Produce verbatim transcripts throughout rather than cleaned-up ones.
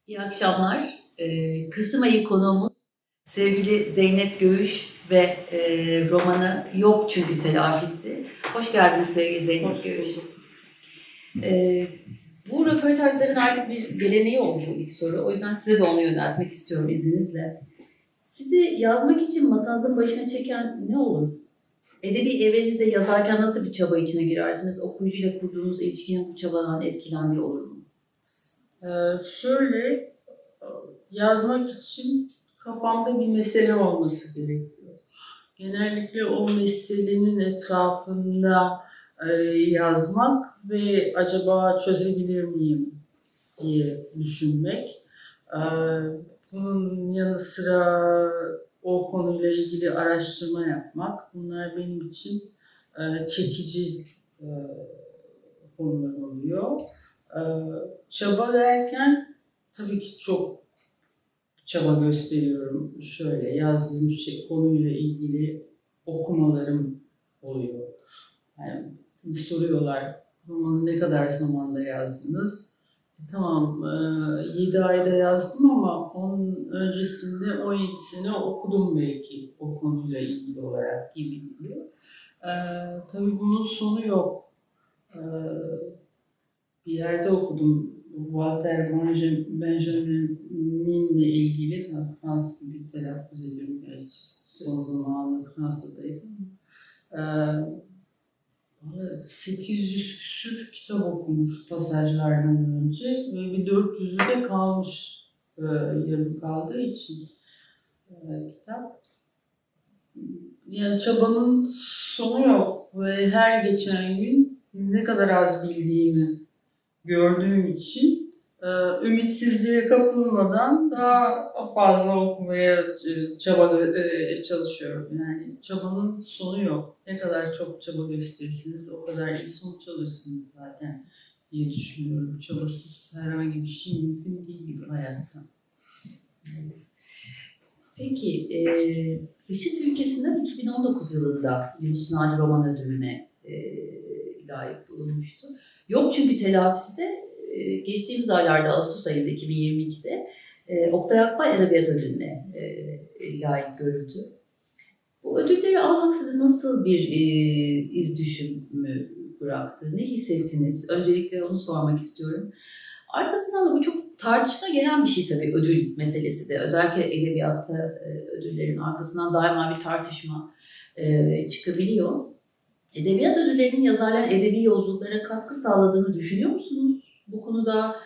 İyi akşamlar. Ee, Kasım ayı konuğumuz sevgili Zeynep Göğüş ve e, romanı Yok Çünkü Telafisi. Hoş geldiniz sevgili Zeynep Hoş Göğüş. Ee, bu röportajların artık bir geleneği oldu ilk soru. O yüzden size de onu yöneltmek istiyorum izninizle. Sizi yazmak için masanızın başına çeken ne olur? Edebi evrenize yazarken nasıl bir çaba içine girersiniz? Okuyucuyla kurduğunuz ilişkinin bu çabadan etkilendiği olur mu? Ee, şöyle, yazmak için kafamda bir mesele olması gerekiyor. Genellikle o meselenin etrafında e, yazmak ve acaba çözebilir miyim diye düşünmek. Ee, bunun yanı sıra o konuyla ilgili araştırma yapmak. Bunlar benim için e, çekici e, konular oluyor. Ee, çaba derken tabii ki çok çaba gösteriyorum. Şöyle yazdığım şey, konuyla ilgili okumalarım oluyor. Yani soruyorlar, romanı ne kadar zamanda yazdınız? E, tamam, e, yedi ayda yazdım ama onun öncesinde on yedi sene okudum belki o konuyla ilgili olarak gibi gibi. E, tabii bunun sonu yok. E, Bir yerde okudum. Walter Benjamin'le ilgili, Fransız bir telaffuz ediyorum gerçi son zamanında Fransa'daydım. Ee, sekiz yüz küsür kitap okumuş pasajlardan önce ve bir dört yüzü de kalmış e, yarım kaldığı için e, kitap. Yani çabanın sonu yok ve her geçen gün ne kadar az bildiğimi gördüğüm için ümitsizliğe kapılmadan daha fazla okumaya çaba çalışıyorum. Yani çabanın sonu yok. Ne kadar çok çaba gösterirsiniz o kadar iyi sonuç alırsınız zaten diye düşünüyorum. Çabasız herhangi bir şey mümkün değil gibi hayatta. Peki, e, Işık Ülkesi'nden iki bin on dokuz yılında Yunus Nadi Roman Ödülü'ne e, layık bulunmuştu. Yok Çünkü Telafisi de e, geçtiğimiz aylarda Ağustos ayında iki bin yirmi ikide e, Oktay Akbay Edebiyat Ödülü'ne e, layık görüldü. Bu ödülleri almak size nasıl bir e, iz düşümü bıraktı? Ne hissettiniz? Öncelikle onu sormak istiyorum. Arkasından da bu çok tartışına gelen bir şey tabii ödül meselesi de. Özellikle edebiyatta e, ödüllerin arkasından daima bir tartışma e, çıkabiliyor. Edebiyat ödüllerinin yazarların edebi yolculuklara katkı sağladığını düşünüyor musunuz? Bu konuda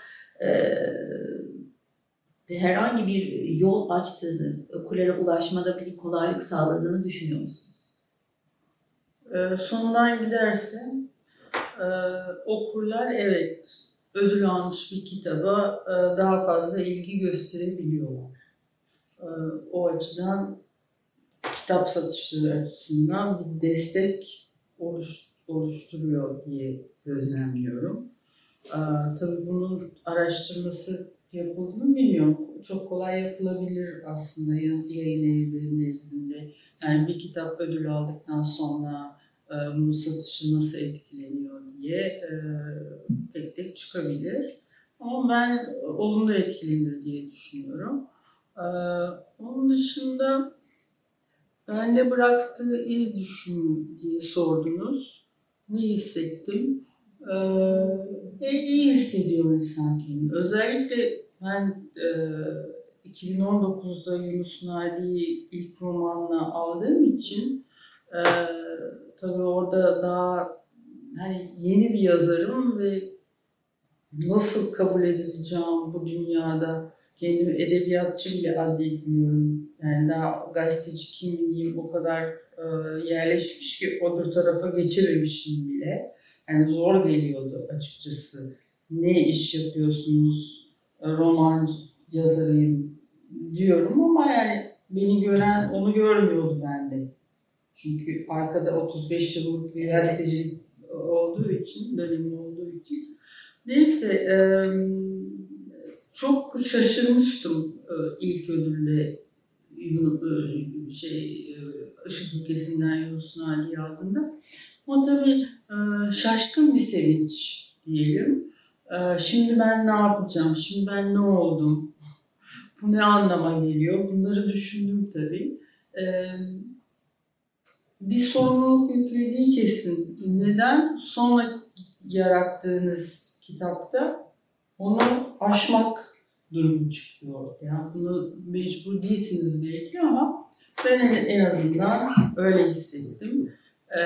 e, herhangi bir yol açtığını, okurlara ulaşmada bir kolaylık sağladığını düşünüyor musunuz? E, sonundan gidersem e, okurlar evet ödül almış bir kitaba e, daha fazla ilgi gösterebiliyorlar. E, o açıdan kitap satışları açısından bir destek oluş, oluşturuyor diye gözlemliyorum. Ee, tabii bunun araştırması yapıldı mı bilmiyorum. Çok kolay yapılabilir aslında yayın evleri nezdinde. Yani bir kitap ödül aldıktan sonra e, bunun satışı nasıl etkileniyor diye e, tek tek çıkabilir. Ama ben olumlu etkilenir diye düşünüyorum. Ee, onun dışında bende bıraktığı iz düşümü diye sordunuz. Ne hissettim? Ee, iyi hissediyor insan kendini. Özellikle ben e, iki bin on dokuzda Yunus Nadi'yi ilk romanla aldığım için e, tabii orada daha hani yeni bir yazarım ve nasıl kabul edileceğim bu dünyada, kendimi edebiyatçı bile adletmiyorum. Yani daha gazeteci kimliğim o kadar e, yerleşmiş ki öbür tarafa geçememişim bile. Yani zor geliyordu açıkçası. Ne iş yapıyorsunuz, roman yazarıyım diyorum ama yani beni gören onu görmüyordu bende. Çünkü arkada otuz beş yıllık bir gazeteci olduğu için, dönemi olduğu için. Neyse, çok şaşırmıştım ilk ödülde şey Işık Ülkesi'nden Yunus Nadi'yi aldığında. Ama tabii şaşkın bir sevinç diyelim. Ee, şimdi ben ne yapacağım, şimdi ben ne oldum, bu ne anlama geliyor, bunları düşündüm tabii. Ee, bir sorumluluk yüklediği kesin. Neden? Sonra yarattığınız kitapta onu aşmak durumu çıkıyor. Yani bunu mecbur değilsiniz belki ama ben en, en azından öyle hissettim. Ee,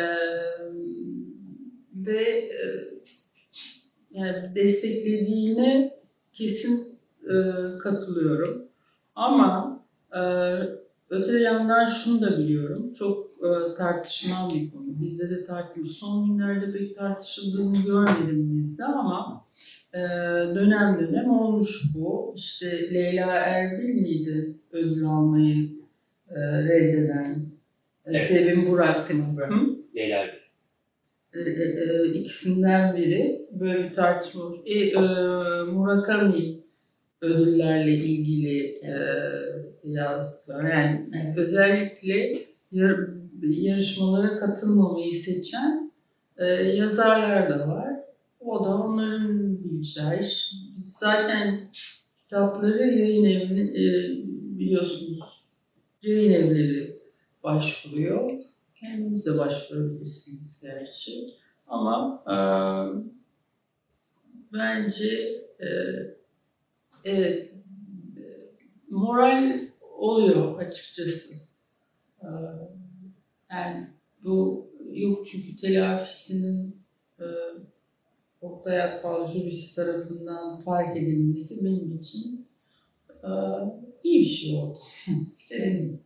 ve e, yani desteklediğine kesin e, katılıyorum. Ama e, öte yandan şunu da biliyorum. Çok e, tartışılan bir konu. Bizde de tartışılmış. Son günlerde pek tartışıldığını görmedim bizde ama e, dönem dönem olmuş bu. İşte Leyla Erbil miydi ödül almayı e, reddeden? Evet. Sevim Burak. Sevim Burak. Hı? Leyla Erbil. E, e, ikisinden biri böyle bir tartışma olmuş. E, e, Murakami ödüllerle ilgili e, yazdılar. Yani Evet. özellikle yar, yarışmalara katılmamayı seçen e, yazarlar da var. O da onların bileceği iş. Biz zaten kitapları yayın evini e, biliyorsunuz yayın evleri başvuruyor. Kendiniz de başvurabilirsiniz gerçi. Ama e, bence e, evet, e, moral oluyor açıkçası. E, yani bu yok çünkü telafisinin e, Oktay Akbal jürisi tarafından fark edilmesi benim için e, iyi bir şey oldu. Sevindim.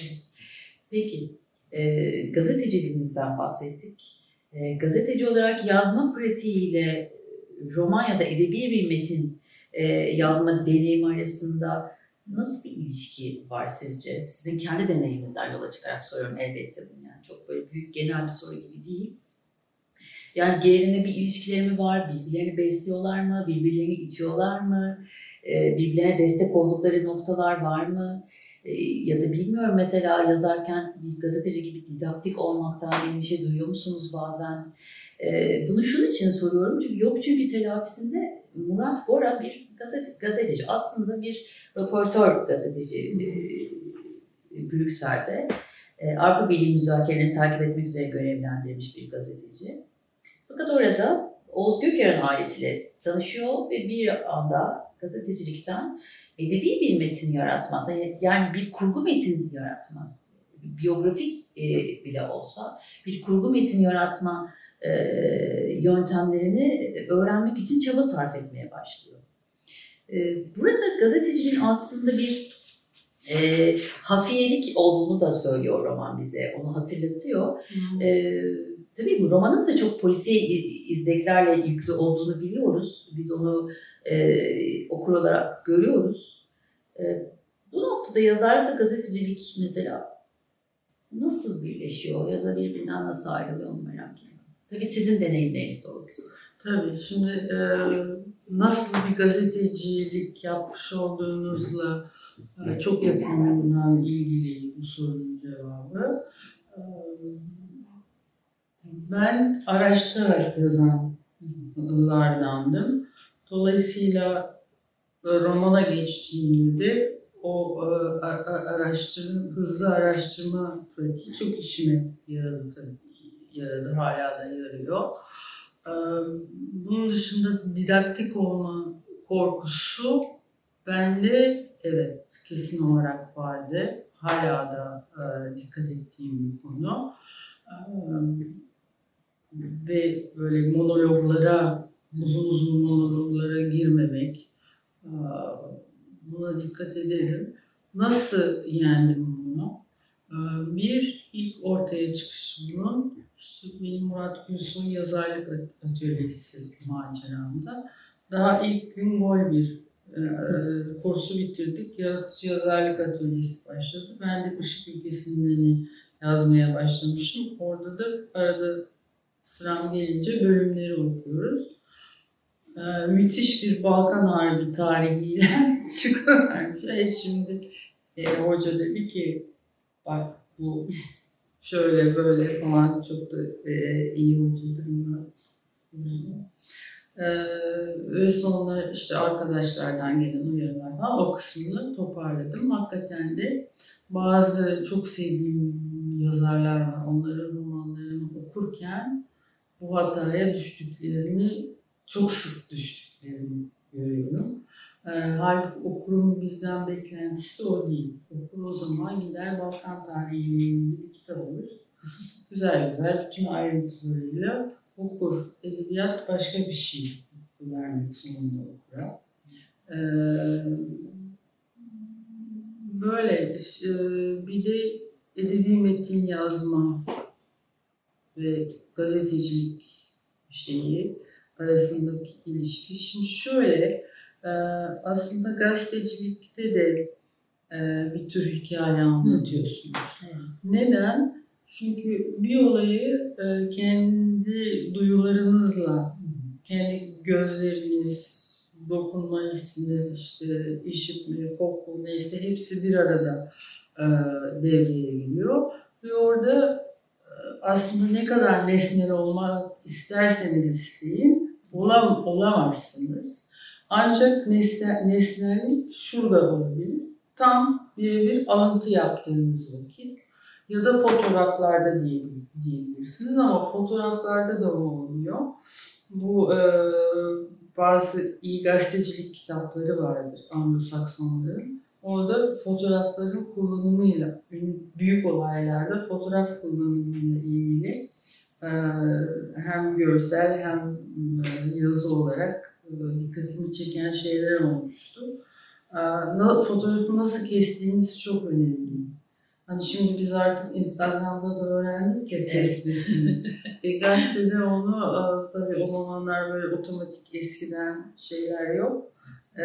Peki, e, gazeteciliğinizden bahsettik. E, gazeteci olarak yazma pratiğiyle roman ya da edebi bir metin e, yazma deneyimi arasında nasıl bir ilişki var sizce? Sizin kendi deneyiminizden yola çıkarak soruyorum elbette bunu. Yani çok böyle büyük genel bir soru gibi değil. Yani gerilinde bir ilişkileri mi var? Birbirlerini besliyorlar mı? Birbirlerini itiyorlar mı? E, birbirlerine destek oldukları noktalar var mı? Ya da bilmiyorum mesela yazarken bir gazeteci gibi didaktik olmaktan endişe duyuyor musunuz bazen? Ee, bunu şunun için soruyorum çünkü yok çünkü telafisinde Murat Bora bir gazete, gazeteci. Aslında bir röportör gazeteci e, Brüksel'de. E, Avrupa Birliği müzakerelerini takip etmek üzere görevlendirilmiş bir gazeteci. Fakat orada Oğuz Gökeren ailesiyle tanışıyor ve bir anda gazetecilikten edebi bir metin yaratma, yani bir kurgu metin yaratma, biyografik e, bile olsa bir kurgu metin yaratma e, yöntemlerini öğrenmek için çaba sarf etmeye başlıyor. E, burada gazeteciliğin aslında bir e, hafiyelik olduğunu da söylüyor roman bize, onu hatırlatıyor. Hmm. E, tabii bu romanın da çok polisi izleklerle yüklü olduğunu biliyoruz. Biz onu e, okur olarak görüyoruz. E, bu noktada yazarlıkla gazetecilik mesela nasıl birleşiyor ya da birbirinden nasıl ayrılıyor onu merak ediyorum. Tabii sizin deneyimleriniz doğrultusunda. Tabii şimdi e, nasıl bir gazetecilik yapmış olduğunuzla e, çok yakından ilgili bu sorunun cevabı. E, ben araştırarak yazanlardandım. Dolayısıyla romana geçtiğimde de o e, araştırma, hızlı araştırma pratiği çok işime yaradı tabii. Yaradı, hala da yarıyor. Bunun dışında didaktik olma korkusu bende evet kesin olarak vardı. Hala da e, dikkat ettiğim bir konu. E, ve böyle monologlara, uzun uzun monologlara girmemek. E, buna dikkat ederim. Nasıl yendim bunu? E, bir, ilk ortaya çıkışımın İşte benim Murat Gülsoy yazarlık atölyesi maceramda. Daha ilk gün gol bir e, kursu bitirdik. Yaratıcı yazarlık atölyesi başladı. Ben de Işık Ülkesi'nden yazmaya başlamışım. Orada da arada sıram gelince bölümleri okuyoruz. E, müthiş bir Balkan Harbi tarihiyle çıkıvermiş. E şimdi e, hoca dedi ki bak bu şöyle böyle falan çok da e, iyi hocadır. Ee, ve sonra işte arkadaşlardan gelen uyarılar falan o kısmını toparladım. Hakikaten de bazı çok sevdiğim yazarlar var. Onların romanlarını okurken bu hataya düştüklerini, çok sık düştüklerini görüyorum. Ee, halbuki okurun bizden beklentisi o değil. Okur o zaman gider Balkan tarihiyle ilgili bir kitap alır. Güzel güzel bütün ayrıntılarıyla okur. Edebiyat başka bir şey vermek zorunda okura. Ee, böyle e, bir de edebi metin yazma ve gazetecilik şeyi arasındaki ilişki. Şimdi şöyle, e, aslında gazetecilikte de e, bir tür hikaye anlatıyorsunuz. Evet. Neden? Çünkü bir olayı e, kendi duyularınızla, kendi gözleriniz, dokunma hissiniz, işte işitme, koku neyse hepsi bir arada e, devreye giriyor. Ve orada e, aslında ne kadar nesnel olmak isterseniz isteyin, olam, olamazsınız. Ancak nesne, nesnellik şurada olabilir. Tam birebir alıntı yaptığınız vakit ya da fotoğraflarda diyebilirsiniz ama fotoğraflarda da olmuyor. Bu e, bazı iyi gazetecilik kitapları vardır Anglo-Saksonların. Orada fotoğrafların kullanımıyla, büyük olaylarda fotoğraf kullanımıyla ilgili e, hem görsel hem yazı olarak e, dikkatimi çeken şeyler olmuştu. E, fotoğrafı nasıl kestiğiniz çok önemli. Hani şimdi biz artık Instagram'da da öğrendik ya kesmesini. e, gazetede onu e, tabii o zamanlar böyle otomatik eskiden şeyler yok. E,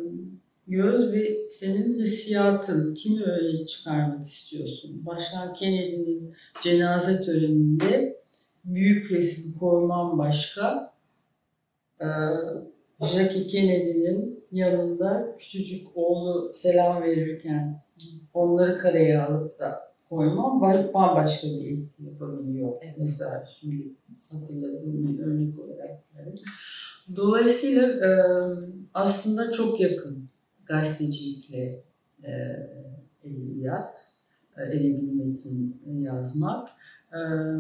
göz ve senin hissiyatın, kimi öyle çıkarmak istiyorsun? Başkan Kennedy'nin cenaze töreninde büyük resmi koyman başka. E, Jackie Kennedy'nin yanında küçücük oğlu selam verirken onları kareye alıp da koymam bambaşka bir etki yapabiliyor. Evet. Mesela şimdi hatırladığım bir örnek olarak. Evet. Dolayısıyla e, aslında çok yakın gazetecilikle e, edebiyat, e, edebi metin yazmak. E,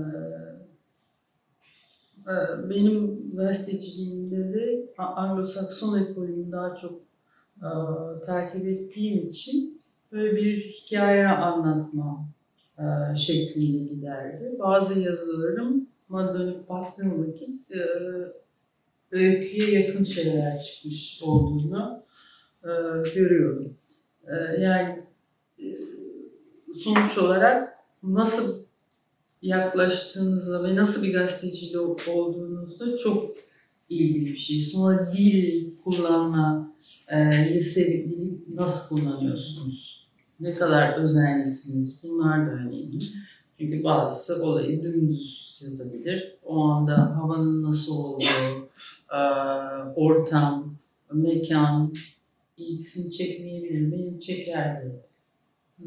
e, benim gazeteciliğimde de Anglo-Sakson ekolünü daha çok e, takip ettiğim için böyle bir hikaye anlatma e, şeklinde giderdi. Bazı yazılarıma dönüp baktığım vakit e, öyküye yakın şeyler çıkmış olduğunu e, görüyorum. E, yani e, sonuç olarak nasıl yaklaştığınızda ve nasıl bir gazeteci olduğunuzda çok ilgili bir şey. Sonra dil kullanma, e, lise dili nasıl kullanıyorsunuz? Ne kadar özenlisiniz? Bunlar da önemli. Çünkü bazısı olayı dümdüz yazabilir. O anda havanın nasıl olduğu, e, ortam, mekan ilgisini çekmeyebilir. Benim çekerdi. Hı.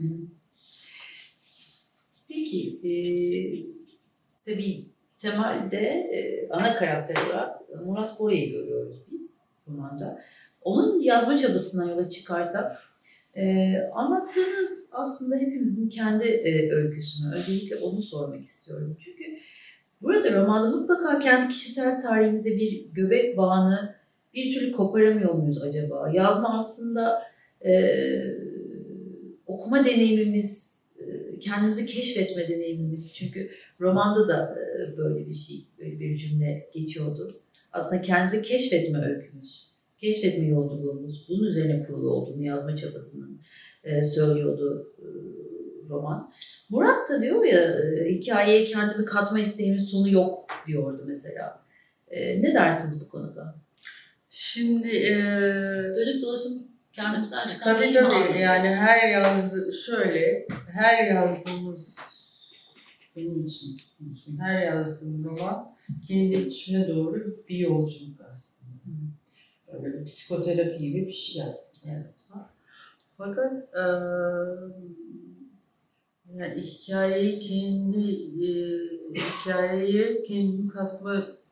Peki, e, tabii temelde e, ana karakter olarak Murat Koray'ı görüyoruz biz romanda. Onun yazma çabasından yola çıkarsak, e, anlattığınız aslında hepimizin kendi e, öyküsünü, öncelikle onu sormak istiyorum. Çünkü burada romanda mutlaka kendi kişisel tarihimize bir göbek bağını bir türlü koparamıyor muyuz acaba? Yazma aslında e, okuma deneyimimiz, kendimizi keşfetme deneyimimiz. Çünkü romanda da böyle bir şey, böyle bir cümle geçiyordu. Aslında kendimizi keşfetme öykümüz, keşfetme yolculuğumuz, bunun üzerine kurulu olduğunu yazma çabasının söylüyordu roman. Murat da diyor ya, hikayeye kendimi katma isteğimin sonu yok diyordu mesela. Ne dersiniz bu konuda? Şimdi e... dönüp dolaşıp kendimizden çıkan tabii bir şey mi tabii anlatıyor? yani her yazdı şöyle her yazdığımız benim için, için her yazdığım roman kendi içime doğru bir yolculuk aslında. Hmm. Öyle bir psikoterapi gibi bir şey yazdım. Evet. Fakat e, yani hikayeyi kendi e, hikayeye kendimi katma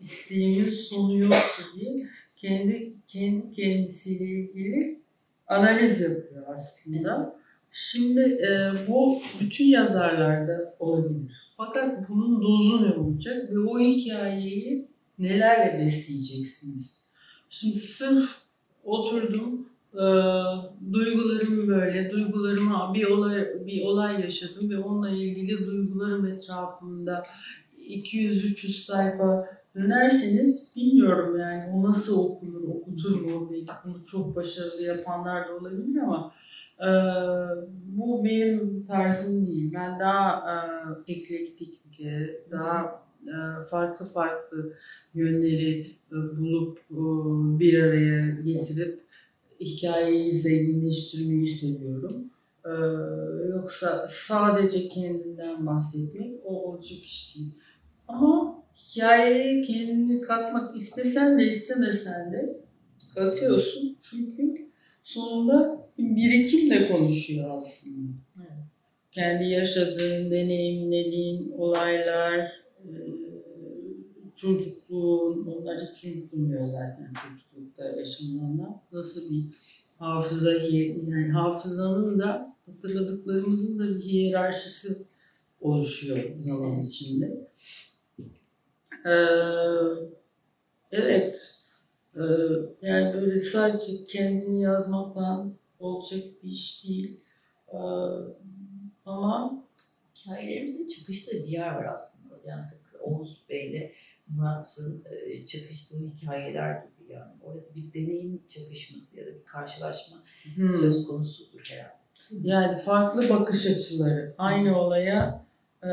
isteğimin sonu yoktu diye kendi kendi kendisiyle ilgili analiz yapıyor aslında. Şimdi e, bu bütün yazarlarda olabilir. Fakat bunun dozu ne olacak ve o hikayeyi nelerle besleyeceksiniz? Şimdi sırf oturdum, e, duygularım böyle, duygularıma bir olay bir olay yaşadım ve onunla ilgili duygularım etrafında iki yüz üç yüz sayfa dönerseniz bilmiyorum yani o nasıl okunur, okutur mu? Belki bunu çok başarılı yapanlar da olabilir ama e, bu benim tarzım değil. Ben daha e, eklektik bir kere, daha e, farklı farklı yönleri e, bulup e, bir araya getirip hikayeyi zenginleştirmeyi seviyorum. Ee, yoksa sadece kendinden bahsetmek o olacak iş değil. Ama hikayeye kendini katmak istesen de istemesen de katıyorsun. Çünkü sonunda bir birikimle konuşuyor aslında. Evet. Kendi yaşadığın, deneyimlediğin olaylar, e, çocukluğun, onlar hiç unutulmuyor zaten çocuklukta yaşananlar. Nasıl bir hafıza, yani hafızanın da hatırladıklarımızın da bir hiyerarşisi oluşuyor zaman içinde. Ee, evet, ee, yani böyle sadece kendini yazmakla olacak bir iş değil. Ee, ama Hikayelerimizin çıkıştığı bir yer var aslında. Yani tıpkı Oğuz Bey'le Murat'ın e, çıkıştığı hikayeler gibi yani. Orada bir deneyim çakışması ya da bir karşılaşma hmm. söz konusudur herhalde. Yani farklı bakış açıları. Aynı olaya e,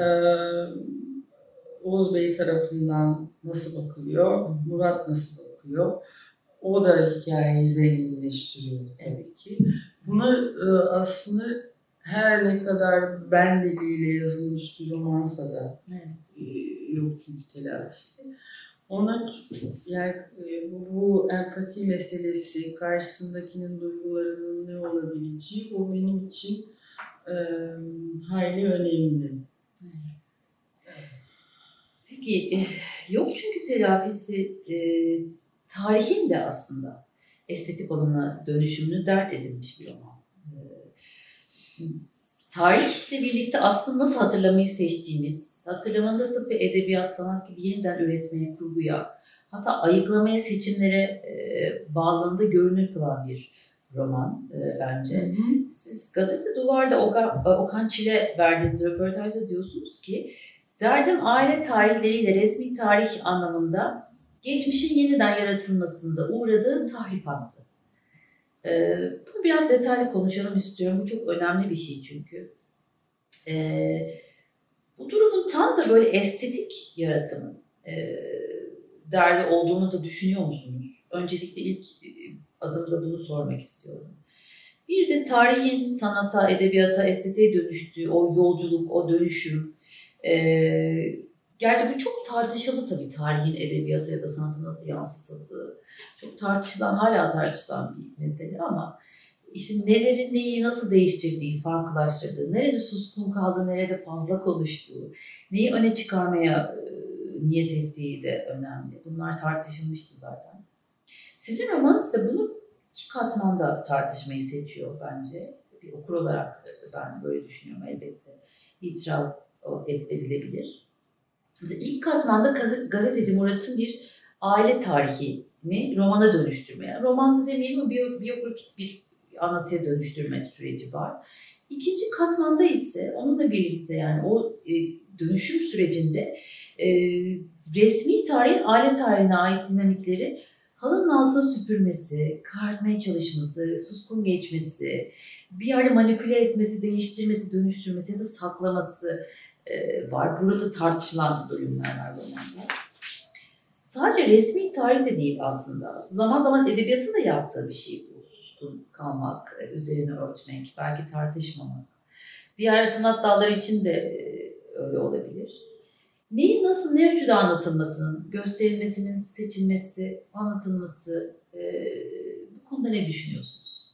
Oğuz Bey tarafından nasıl bakılıyor, Murat nasıl bakıyor. O da hikayeyi zenginleştiriyor tabii ki. Bunu e, aslında her ne kadar ben diliyle yazılmış bir romansa da Evet. e, yok çünkü telafisi. Ona yani e, bu, bu empati meselesi, karşısındakinin duygularının ne olabileceği o benim için e, hayli önemli. Peki e, yok çünkü telafisi e, tarihin de aslında estetik olana dönüşümünü dert edilmiş bir roman. E, tarihle birlikte aslında nasıl hatırlamayı seçtiğimiz, hatırlamanın da tıpkı edebiyat, sanat gibi yeniden üretmeye, kurguya, hatta ayıklamaya, seçimlere e, bağlılığında görünür kılan bir roman e, bence. Hı hı. Siz Gazete Duvar'da Okan, Okan Çil'e verdiğiniz röportajda diyorsunuz ki, derdim aile tarihleriyle resmi tarih anlamında geçmişin yeniden yaratılmasında uğradığı tahrifattı. Ee, bunu biraz detaylı konuşalım istiyorum. Bu çok önemli bir şey çünkü. Ee, bu durumun tam da böyle estetik yaratımın e, derdi olduğunu da düşünüyor musunuz? Öncelikle ilk adımda bunu sormak istiyorum. Bir de tarihin sanata, edebiyata, estetiğe dönüştüğü o yolculuk, o dönüşüm. Ee, gerçi bu çok tartışıldı tabii, tarihin edebiyata ya da sanata nasıl yansıtıldığı. Çok tartışılan, hala tartışılan bir mesele ama işte neleri neyi nasıl değiştirdiği, farklılaştırdığı, nerede suskun kaldığı, nerede fazla konuştuğu, neyi öne çıkarmaya e, niyet ettiği de önemli. Bunlar tartışılmıştı zaten. Sizin romanınız ise bunu iki katmanda tartışmayı seçiyor bence. Bir okur olarak ben böyle düşünüyorum elbette. İtiraz edilebilir. İlk katmanda gazeteci Murat'ın bir aile tarihini romana dönüştürmeye, romanda demeyelim ama biyografik bir anlatıya dönüştürme süreci var. İkinci katmanda ise onunla birlikte yani o dönüşüm sürecinde resmi tarihin aile tarihine ait dinamikleri halının altına süpürmesi, karartmaya çalışması, suskun geçmesi, bir yerde manipüle etmesi, değiştirmesi, dönüştürmesi ya da saklaması e, var. Burada tartışılan bölümler var romanda. Sadece resmi tarih de değil aslında. Zaman zaman edebiyatın da yaptığı bir şey bu. Suskun kalmak, üzerine örtmek, belki tartışmamak. Diğer sanat dalları için de e, öyle olabilir. Neyin nasıl, ne ölçüde anlatılmasının, gösterilmesinin, seçilmesi, anlatılması, e, bu konuda ne düşünüyorsunuz?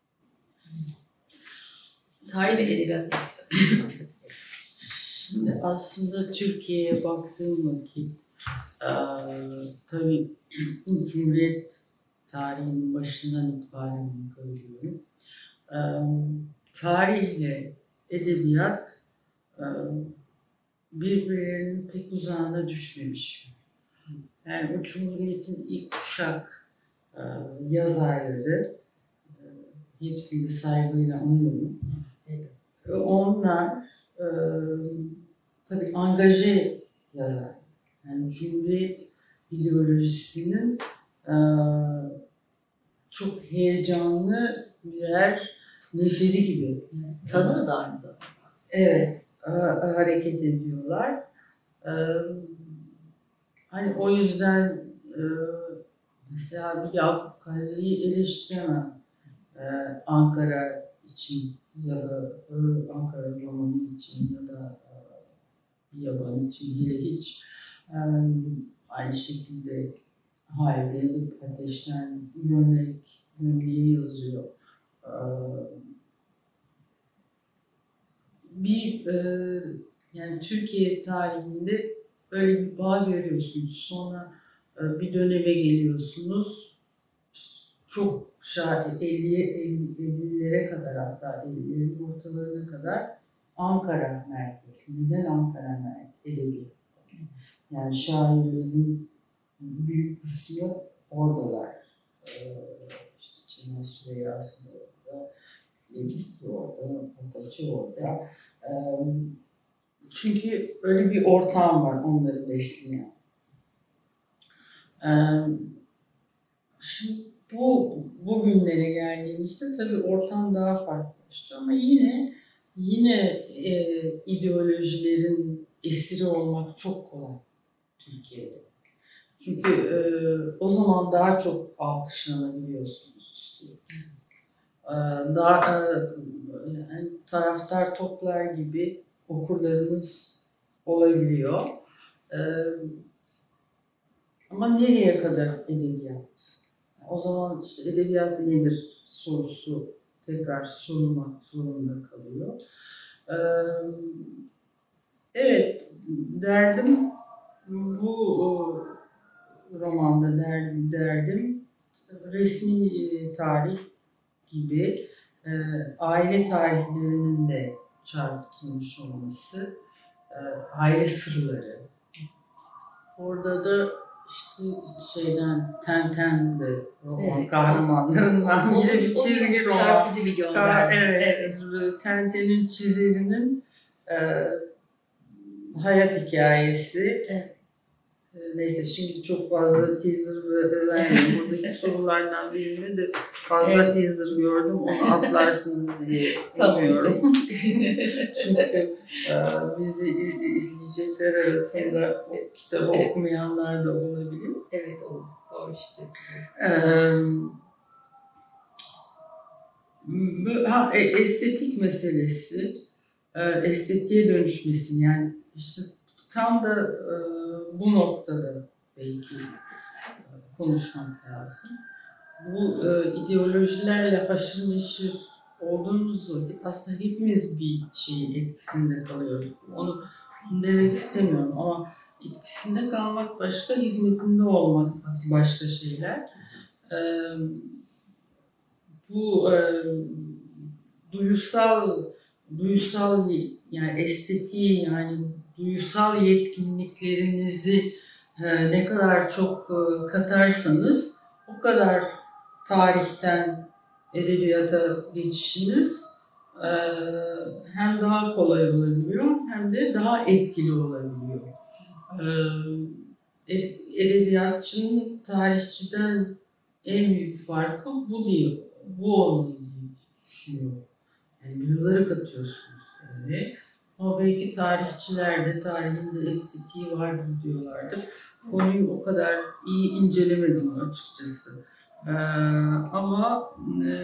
Tarih ve edebiyat ilişkisi. Şimdi aslında Türkiye'ye baktığım vakit Ee, tabii Cumhuriyet tarihinin başından itibaren bakabiliyorum. Ee, tarihle edebiyat e, birbirlerinin pek uzağına düşmemiş. Yani o Cumhuriyet'in ilk kuşak e, yazarları, e, hepsini de saygıyla anıyorum. Evet. Onlar e, tabii angaje yazar. Yani Cumhuriyet ideolojisinin e, çok heyecanlı birer neferi gibi. Tanığı da aynı zamanda. Evet, e, hareket ediyorlar. E, hani o yüzden e, mesela bir Yakup Kadri'yi eleştiremem. E, Ankara için ya da e, Ankara romanı için ya da e, yaban için bile hiç e, aynı şekilde Halide Edip Ateş'ten gömlek, gömleği yazıyor. E, bir e, yani Türkiye tarihinde öyle bir bağ görüyorsunuz. Sonra e, bir döneme geliyorsunuz. Çok şahit elliye ellilere kadar, hatta ellilerin ortalarına kadar Ankara merkezli. Neden Ankara merkezli? Edebiyat. Yani şairlerin büyük kısmı oradalar. Ee, işte Cemal Süreyya'sı orada, Lebisi orada, Ataçı orada. Ee, çünkü öyle bir ortam var onları besleyen. Ee, şimdi bu bugünlere geldiğimizde tabii ortam daha farklılaştı ama yine yine e, ideolojilerin esiri olmak çok kolay Türkiye'de. Çünkü e, o zaman daha çok alkışlanabiliyorsunuz. E, daha e, yani taraftar toplar gibi okurlarınız olabiliyor. E, ama nereye kadar edebiyat? O zaman işte edebiyat nedir sorusu tekrar sorulmak zorunda kalıyor. Ee, evet, derdim bu romanda derdim, derdim resmi tarih gibi e, aile tarihlerinin de çarpıtılmış olması, e, aile sırları. Orada da İşte şeyden Tenten de roman Evet. kahramanlarından biri bir çizgi roman. Çarpıcı bir gönderme. Evet, Evet. Tenten'in çizerinin e, hayat hikayesi. Evet. E, neyse şimdi çok fazla teaser vermeyeyim. Buradaki sorulardan birinde de fazla evet. teaser gördüm. Onu atlarsınız diye umuyorum. Çünkü e, bizi izleyecekler arasında o kitabı evet. okumayanlar da olabilir. Evet, o doğru şüphesiz. Ee, ha, estetik meselesi, estetiğe dönüşmesini yani işte tam da e, bu noktada belki konuşmak lazım. Bu e, ideolojilerle haşır neşir olduğumuz vakit aslında hepimiz bir şeyin etkisinde kalıyoruz. Onu demek istemiyorum ama etkisinde kalmak başka, hizmetinde olmak başka şeyler. E, bu e, duyusal, duyusal yani estetiği yani duyusal yetkinliklerinizi e, ne kadar çok e, katarsanız o kadar tarihten edebiyata geçişiniz e, hem daha kolay olabiliyor hem de daha etkili olabiliyor. E, edebiyatçının tarihçiden en büyük farkı bu diyor. Bu olmalı diye düşünüyorum. Yani yılları katıyorsunuz öyle. Ama belki tarihçiler de tarihinde estetiği vardır diyorlardır. Konuyu o kadar iyi incelemedim açıkçası. Ee, ama e,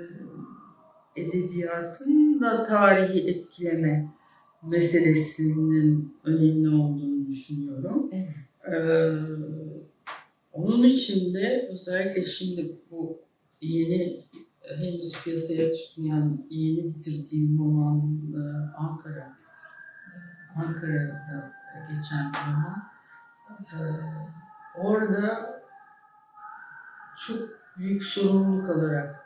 edebiyatın da tarihi etkileme meselesinin önemli olduğunu düşünüyorum. Evet. Ee, onun için de özellikle şimdi bu yeni henüz piyasaya çıkmayan, yeni bitirdiğim roman Ankara. Ankara'da geçen roman. Ee, orada çok büyük sorumluluk alarak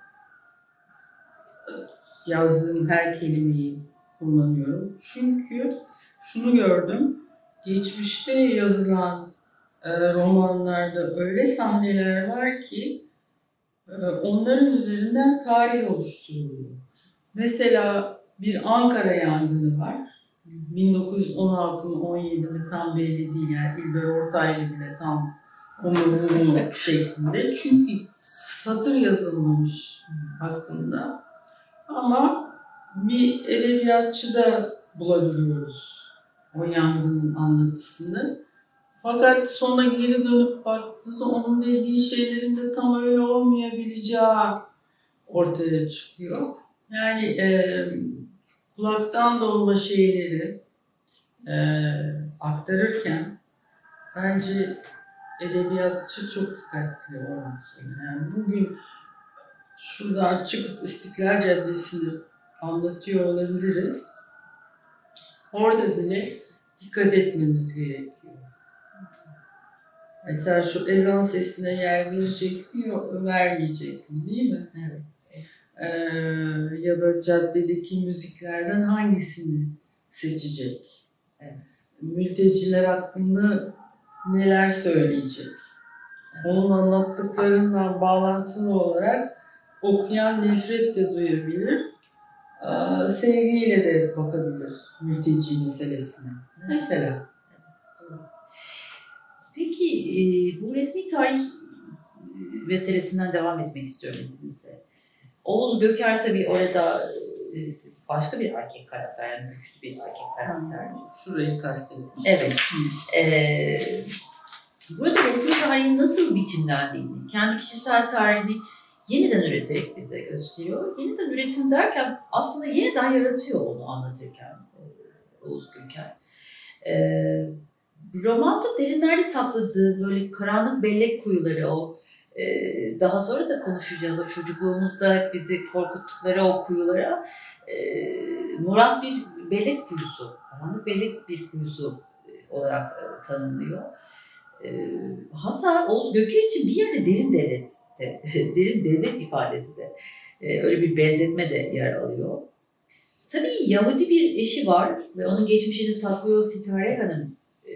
yazdığım her kelimeyi kullanıyorum. Çünkü şunu gördüm, geçmişte yazılan e, romanlarda öyle sahneler var ki e, onların üzerinden tarih oluşturuluyor. Mesela bir Ankara yangını var. bin dokuz yüz on altı mı on yedi mi tam belli değil, yani İlber Ortaylı bile tam onurlu şeklinde. Çünkü satır yazılmamış hakkında. Ama bir edebiyatçı da bulabiliyoruz o yangının anlatısını. Fakat sonra geri dönüp baktığınızda onun dediği şeylerin de tam öyle olmayabileceği ortaya çıkıyor. Yani e, kulaktan dolma şeyleri e, aktarırken bence edebiyatçı çok dikkatli olmak zorunda. Yani bugün şuradan çıkıp İstiklal Caddesi'ni anlatıyor olabiliriz. Orada bile dikkat etmemiz gerekiyor. Mesela şu ezan sesine yer verecek mi, vermeyecek mi, değil mi? Evet. Ee, ya da caddedeki müziklerden hangisini seçecek? Evet. Mülteciler hakkında neler söyleyecek? Evet. Onun anlattıklarından bağlantılı olarak okuyan nefret de duyabilir, ee, sevgiyle de bakabilir mülteci meselesine. Evet. Mesela. Evet. Peki e, bu resmi tarih meselesinden devam etmek istiyorum izninizle. Oğuz Göker tabii orada e, başka bir erkek karakter, yani güçlü bir erkek karakter. Şurayı kastetmiş. Evet. Ee, burada resmi tarihin nasıl biçimlendiğini, kendi kişisel tarihini yeniden üreterek bize gösteriyor. Yeniden üretim derken aslında yeniden yaratıyor onu anlatırken e, Oğuz Göker. Ee, romanda derinlerde sakladığı böyle karanlık bellek kuyuları, o e, daha sonra da konuşacağız, o çocukluğumuzda bizi korkuttukları o kuyulara e, Murat bir bellek kuyusu, karanlık bellek bir kuyusu olarak e, tanımlıyor. E, hatta Oğuz Göker için bir yerde derin devlet de, derin devlet ifadesi de e, öyle bir benzetme de yer alıyor. Tabii Yahudi bir eşi var ve onun geçmişini saklıyor Sitare Hanım. Ee,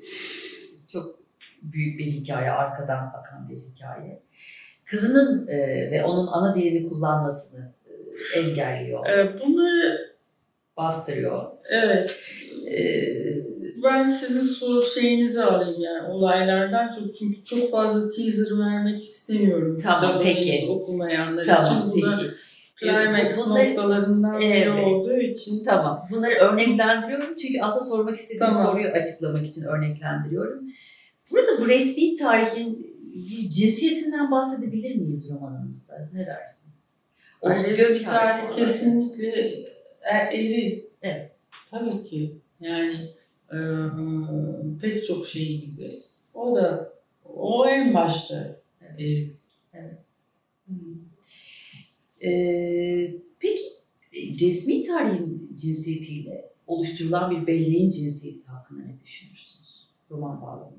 çok büyük bir hikaye, arkadan akan bir hikaye. Kızının e, ve onun ana dilini kullanmasını e, engelliyor. E, bunları bastırıyor. Evet. Ee, ben sizin soru şeyinizi alayım, yani olaylardan çok, çünkü çok fazla teaser vermek istemiyorum. Tamam, peki. Okumayanlar tamam, için. Peki. Climax bunları, noktalarından biri evet. olduğu için. Tamam. Bunları örneklendiriyorum. Çünkü aslında sormak istediğim tamam. soruyu açıklamak için örneklendiriyorum. Burada bu resmi tarihin bir cinsiyetinden bahsedebilir miyiz romanınızda? Ne dersiniz? O resmi tarih kesinlikle eri. Evet. Tabii ki. Yani e, pek çok şey gibi. O da o en başta evet. eri. Evet. Hmm. Ee, peki resmi tarihin cinsiyetiyle oluşturulan bir belleğin cinsiyeti hakkında ne düşünürsünüz? Roman bağlamında.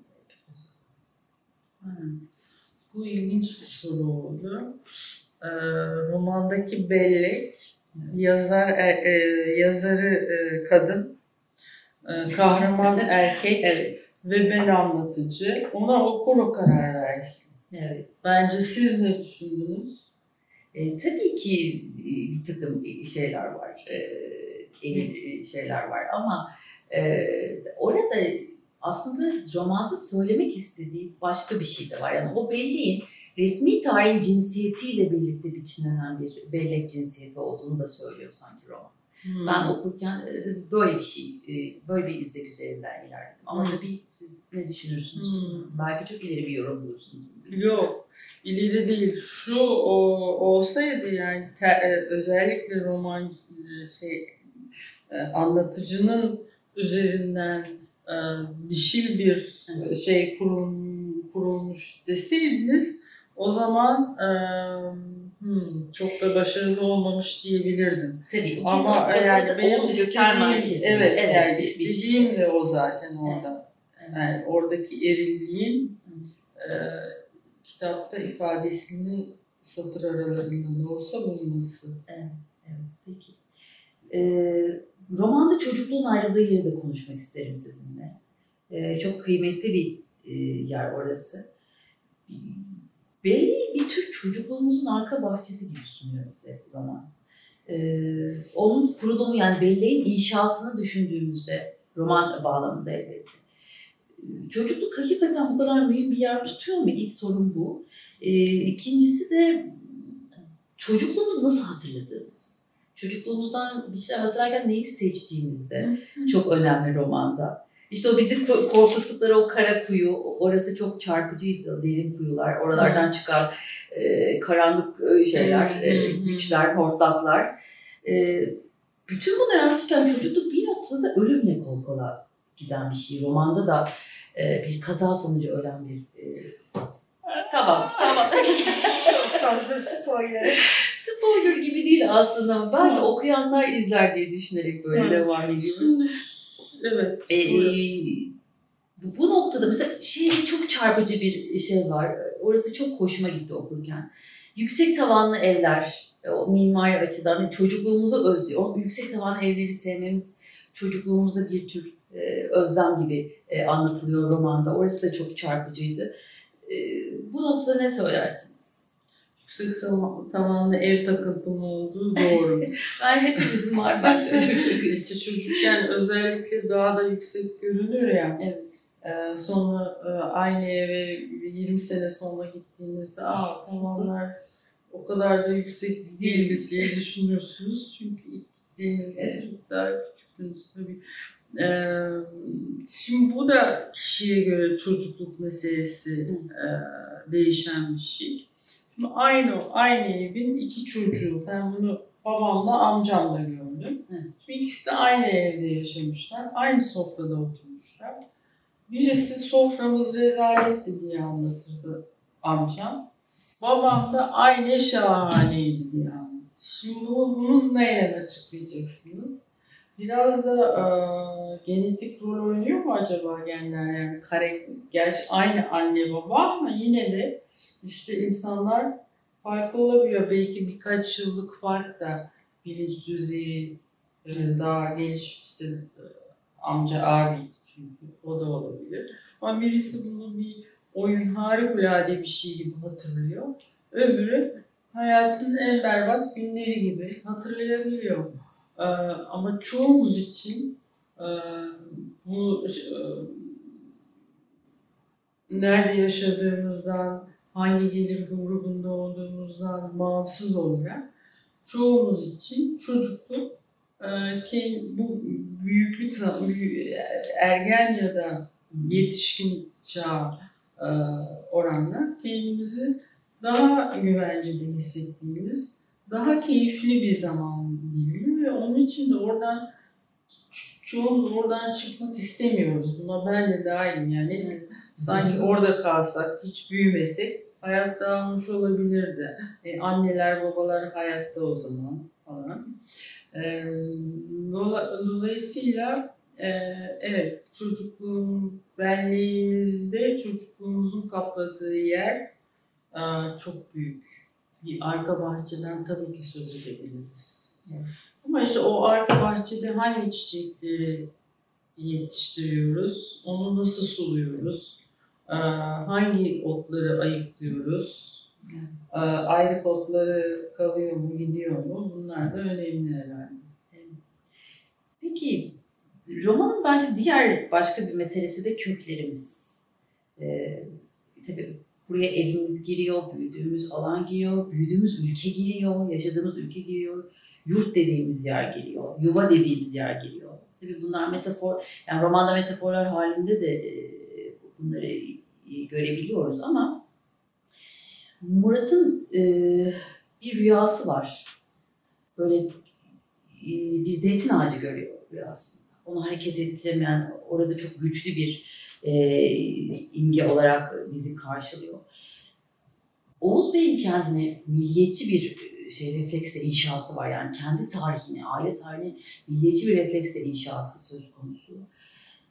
Hmm. Bu ilginç bir soru oldu. Ee, romandaki bellek, yazar er, e, yazarı e, kadın, e, kahraman erkek evet. ve ben anlatıcı. Ona okur o karar versin. Evet. Bence siz ne düşündünüz? E, tabii ki bir takım şeyler var, e, e, şeyler var ama e, orada aslında romanda söylemek istediği başka bir şey de var. Yani o belleğin resmi tarihin cinsiyetiyle birlikte biçimlenen bir bellek cinsiyeti olduğunu da söylüyor sanki roman. Hmm. Ben okurken böyle bir şey, böyle bir izlek üzerinden ilerledim. Ama hmm. tabii siz ne düşünürsünüz? Hmm. Belki çok ileri bir yorum bulursunuz. Yok, ileri değil. Şu o, olsaydı yani te, özellikle roman şey anlatıcının üzerinden e, dişil bir evet. şey kurul, kurulmuş deseydiniz, o zaman e, hmm, çok da başarılı olmamış diyebilirdim. Tabii. Ama yani benim istediğim, evet, evet, yani istediğim de o zaten orada. Evet. Yani oradaki erilliğin e, kitapta ifadesini satır aralarında da olsa bulması. Evet, evet. Peki. Ee, romanda çocukluğun ayrıldığı yeri de konuşmak isterim sizinle. Ee, çok kıymetli bir e, yer orası. Belli bir tür çocukluğumuzun arka bahçesi gibi sunuyor bize roman. Ee, onun kurulumu yani belleğin inşasını düşündüğümüzde roman bağlamında elbette. Çocukluk hakikaten bu kadar mühim bir yer tutuyor mu? İlk sorun bu. Ee, ikincisi de çocukluğumuzu nasıl hatırladığımız. Çocukluğumuzdan bir şeyler hatırlarken neyi seçtiğimizde çok önemli romanda. İşte o bizi korkuttukları o kara kuyu, orası çok çarpıcıydı, o derin kuyular, oralardan çıkan e, karanlık şeyler, e, güçler, hortlaklar. E, bütün bunları anlatırken çocukluk bir noktada da ölümle kol kola giden bir şey. Romanda da e, bir kaza sonucu ölen bir... E... Tamam, tamam. Çok fazla spoiler. Spoiler gibi değil aslında ama belki hmm. okuyanlar izler diye düşünerek böyle hmm. devam ediyorum. Evet. Ee, bu, bu noktada mesela şey çok çarpıcı bir şey var. Orası çok hoşuma gitti okurken. Yüksek tavanlı evler, o mimari açıdan çocukluğumuzu özlüyor. O yüksek tavanlı evleri sevmemiz çocukluğumuza bir tür e, özlem gibi e, anlatılıyor romanda. Orası da çok çarpıcıydı. E, bu noktada ne söylersiniz? Yüksek tavanlı ev takıntım olduğu doğru. Ben hepimizin var bence. İşte çocukken özellikle daha da yüksek görünür ya. Evet. Ee, sonra e, aynı eve yirmi sene sonra gittiğinizde aa tavanlar o kadar da yüksek değil diye düşünüyorsunuz. Çünkü ilk gittiğinizde evet. Çok daha küçüktünüz tabii. Ee, şimdi bu da kişiye göre çocukluk meselesi e, değişen bir şey. Şimdi aynı aynı evin iki çocuğu. Ben bunu babamla amcamla gördüm. Şimdi ikisi de aynı evde yaşamışlar. Aynı sofrada oturmuşlar. Birisi soframız rezaletti diye anlatırdı amcam. Babam da aynı şahaneydi diye anlatırdı. Şimdi bunu neyle açıklayacaksınız? Biraz da e, genetik rol oynuyor mu acaba genler? Yani karakter, gerçi aynı anne baba ama yine de işte insanlar farklı olabiliyor. Belki birkaç yıllık fark da bilinç düzeyi e, daha gelişmişse e, amca abiydi çünkü o da olabilir. Ama birisi bunu bir oyun harikulade bir şey gibi hatırlıyor. Öbürü hayatının en berbat günleri gibi hatırlayabiliyor. Ee, ama çoğumuz için e, bu e, nerede yaşadığımızdan, hangi gelir grubunda olduğumuzdan bağımsız olarak çoğumuz için çocukluk e, bu büyüklük ergen ya da yetişkin çağ e, oranla kendimizi daha güvenceli hissettiğimiz, daha keyifli bir zaman geliyor ve onun için de oradan çoğumuz oradan çıkmak istemiyoruz. Buna ben de dahilim yani. Evet. Sanki orada kalsak, hiç büyümesek hayat dağılmış olabilirdi. E, anneler, babalar hayatta o zaman falan. E, dolayısıyla e, evet çocukluğun benliğimizde çocukluğumuzun kapladığı yer e, çok büyük. Bir arka bahçeden tabii ki söz edebiliriz. Evet. Ama işte o arka bahçede hangi çiçekleri yetiştiriyoruz, onu nasıl suluyoruz, hangi otları ayıklıyoruz, ayrık otları kalıyor mu, gidiyor mu? Bunlar da önemli herhalde. Peki, romanın bence diğer başka bir meselesi de köklerimiz. Ee, tabii buraya evimiz giriyor, büyüdüğümüz alan giriyor, büyüdüğümüz ülke giriyor, yaşadığımız ülke giriyor, yurt dediğimiz yer geliyor, yuva dediğimiz yer geliyor. Tabii bunlar metafor, yani romanda metaforlar halinde de bunları görebiliyoruz ama Murat'ın e, bir rüyası var. Böyle e, bir zeytin ağacı görüyor rüyasında. Onu hareket ettiremeyen, orada çok güçlü bir e, imge olarak bizi karşılıyor. Oğuz Bey'in kendine milliyetçi bir şey refleksle inşası var. Yani kendi tarihini, aile tarihini milliyetçi bir refleksle inşası söz konusu.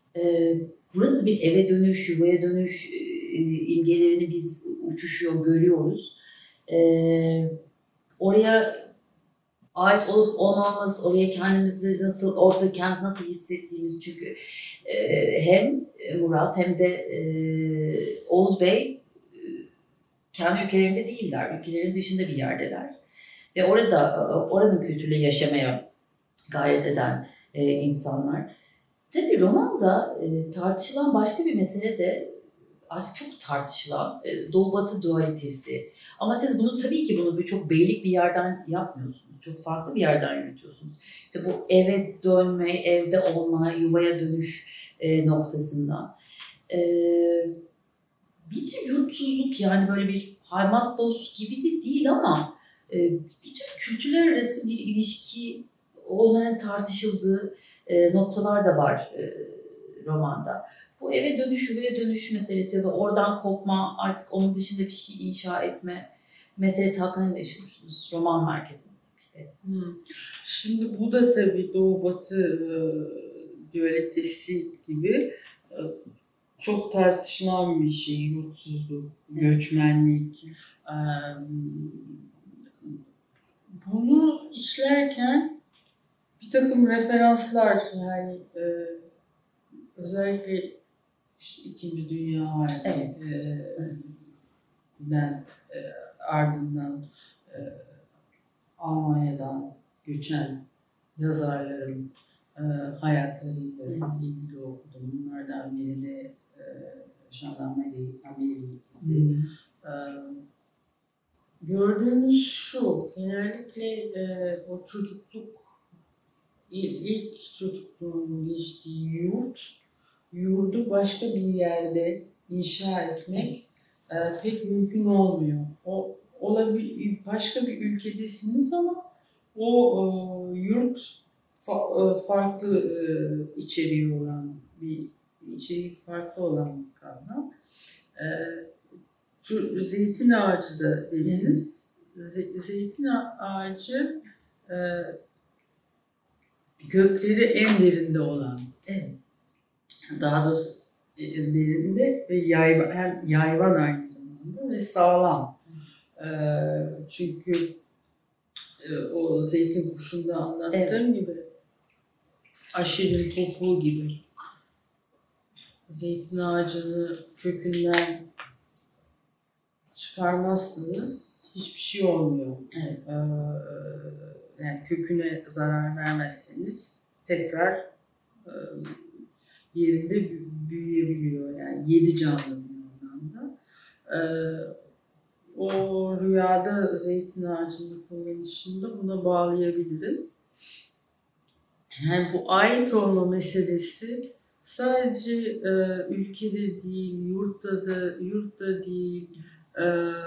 E, burada da bir eve dönüş, yuvaya dönüş e, imgelerini biz uçuşuyor, görüyoruz. E, oraya ait olup olmamız, oraya kendimizi nasıl, orada kendimizi nasıl hissettiğimiz çünkü e, hem Murat hem de e, Oğuz Bey e, kendi ülkelerinde değiller, ülkelerin dışında bir yerdeler. Ve orada, oranın kültürüyle yaşamaya gayret eden e, insanlar. Tabii romanda e, tartışılan başka bir mesele de artık çok tartışılan e, Doğu Batı dualitesi. Ama siz bunu tabii ki bunu bir çok beylik bir yerden yapmıyorsunuz. Çok farklı bir yerden yürütüyorsunuz. İşte bu eve dönme, evde olma, yuvaya dönüş e, noktasından. E, bir tür yurtsuzluk yani böyle bir Harmatlos gibi de değil ama e, bir tür kültürler arası bir ilişki, onların tartışıldığı e, noktalar da var e, romanda. Bu eve dönüş, yuvaya dönüş meselesi ya da oradan kopma, artık onun dışında bir şey inşa etme meselesi hakkında ne düşünüyorsunuz? Roman merkezinde tabii. Hmm. Şimdi bu da tabii Doğu Batı e, dualitesi gibi e, çok tartışılan bir şey. Yurtsuzluk, göçmenlik. E, bunu işlerken bir takım referanslar yani e, özellikle işte İkinci Dünya Harbi'den e, e, ardından e, Almanya'dan göçen yazarların e, hayatlarıyla ilgili okudum. Bunlardan biri de e, Jean-Marie Améry'di. E, gördüğünüz şu, genellikle e, o çocukluk, ilk, ilk çocukluğun geçtiği yurt, yurdu başka bir yerde inşa etmek e, pek mümkün olmuyor. O olabilir, başka bir ülkedesiniz ama o e, yurt fa, e, farklı e, içeriği olan bir içeriği farklı olan bir kavram. E, şu zeytin ağacı da dediniz. Ze, zeytin ağacı e, kökleri en derinde olan. Evet. Daha doğrusu derinde ve yayvan, hem yayvan aynı zamanda ve sağlam. E, çünkü e, o zeytin kuşunda anlattığım evet. gibi aşilin topuğu gibi zeytin ağacını kökünden çıkarmazsınız, hiçbir şey olmuyor. Evet. Ee, yani köküne zarar vermezseniz tekrar e, yerinde büyüyebiliyor. Yani yedi canlı bir anlamda. Ee, o rüyada zeytin ağacının kullanışında buna bağlayabiliriz. Yani bu ait olma meselesi sadece e, ülkede değil, yurtta da, yurtta değil, e,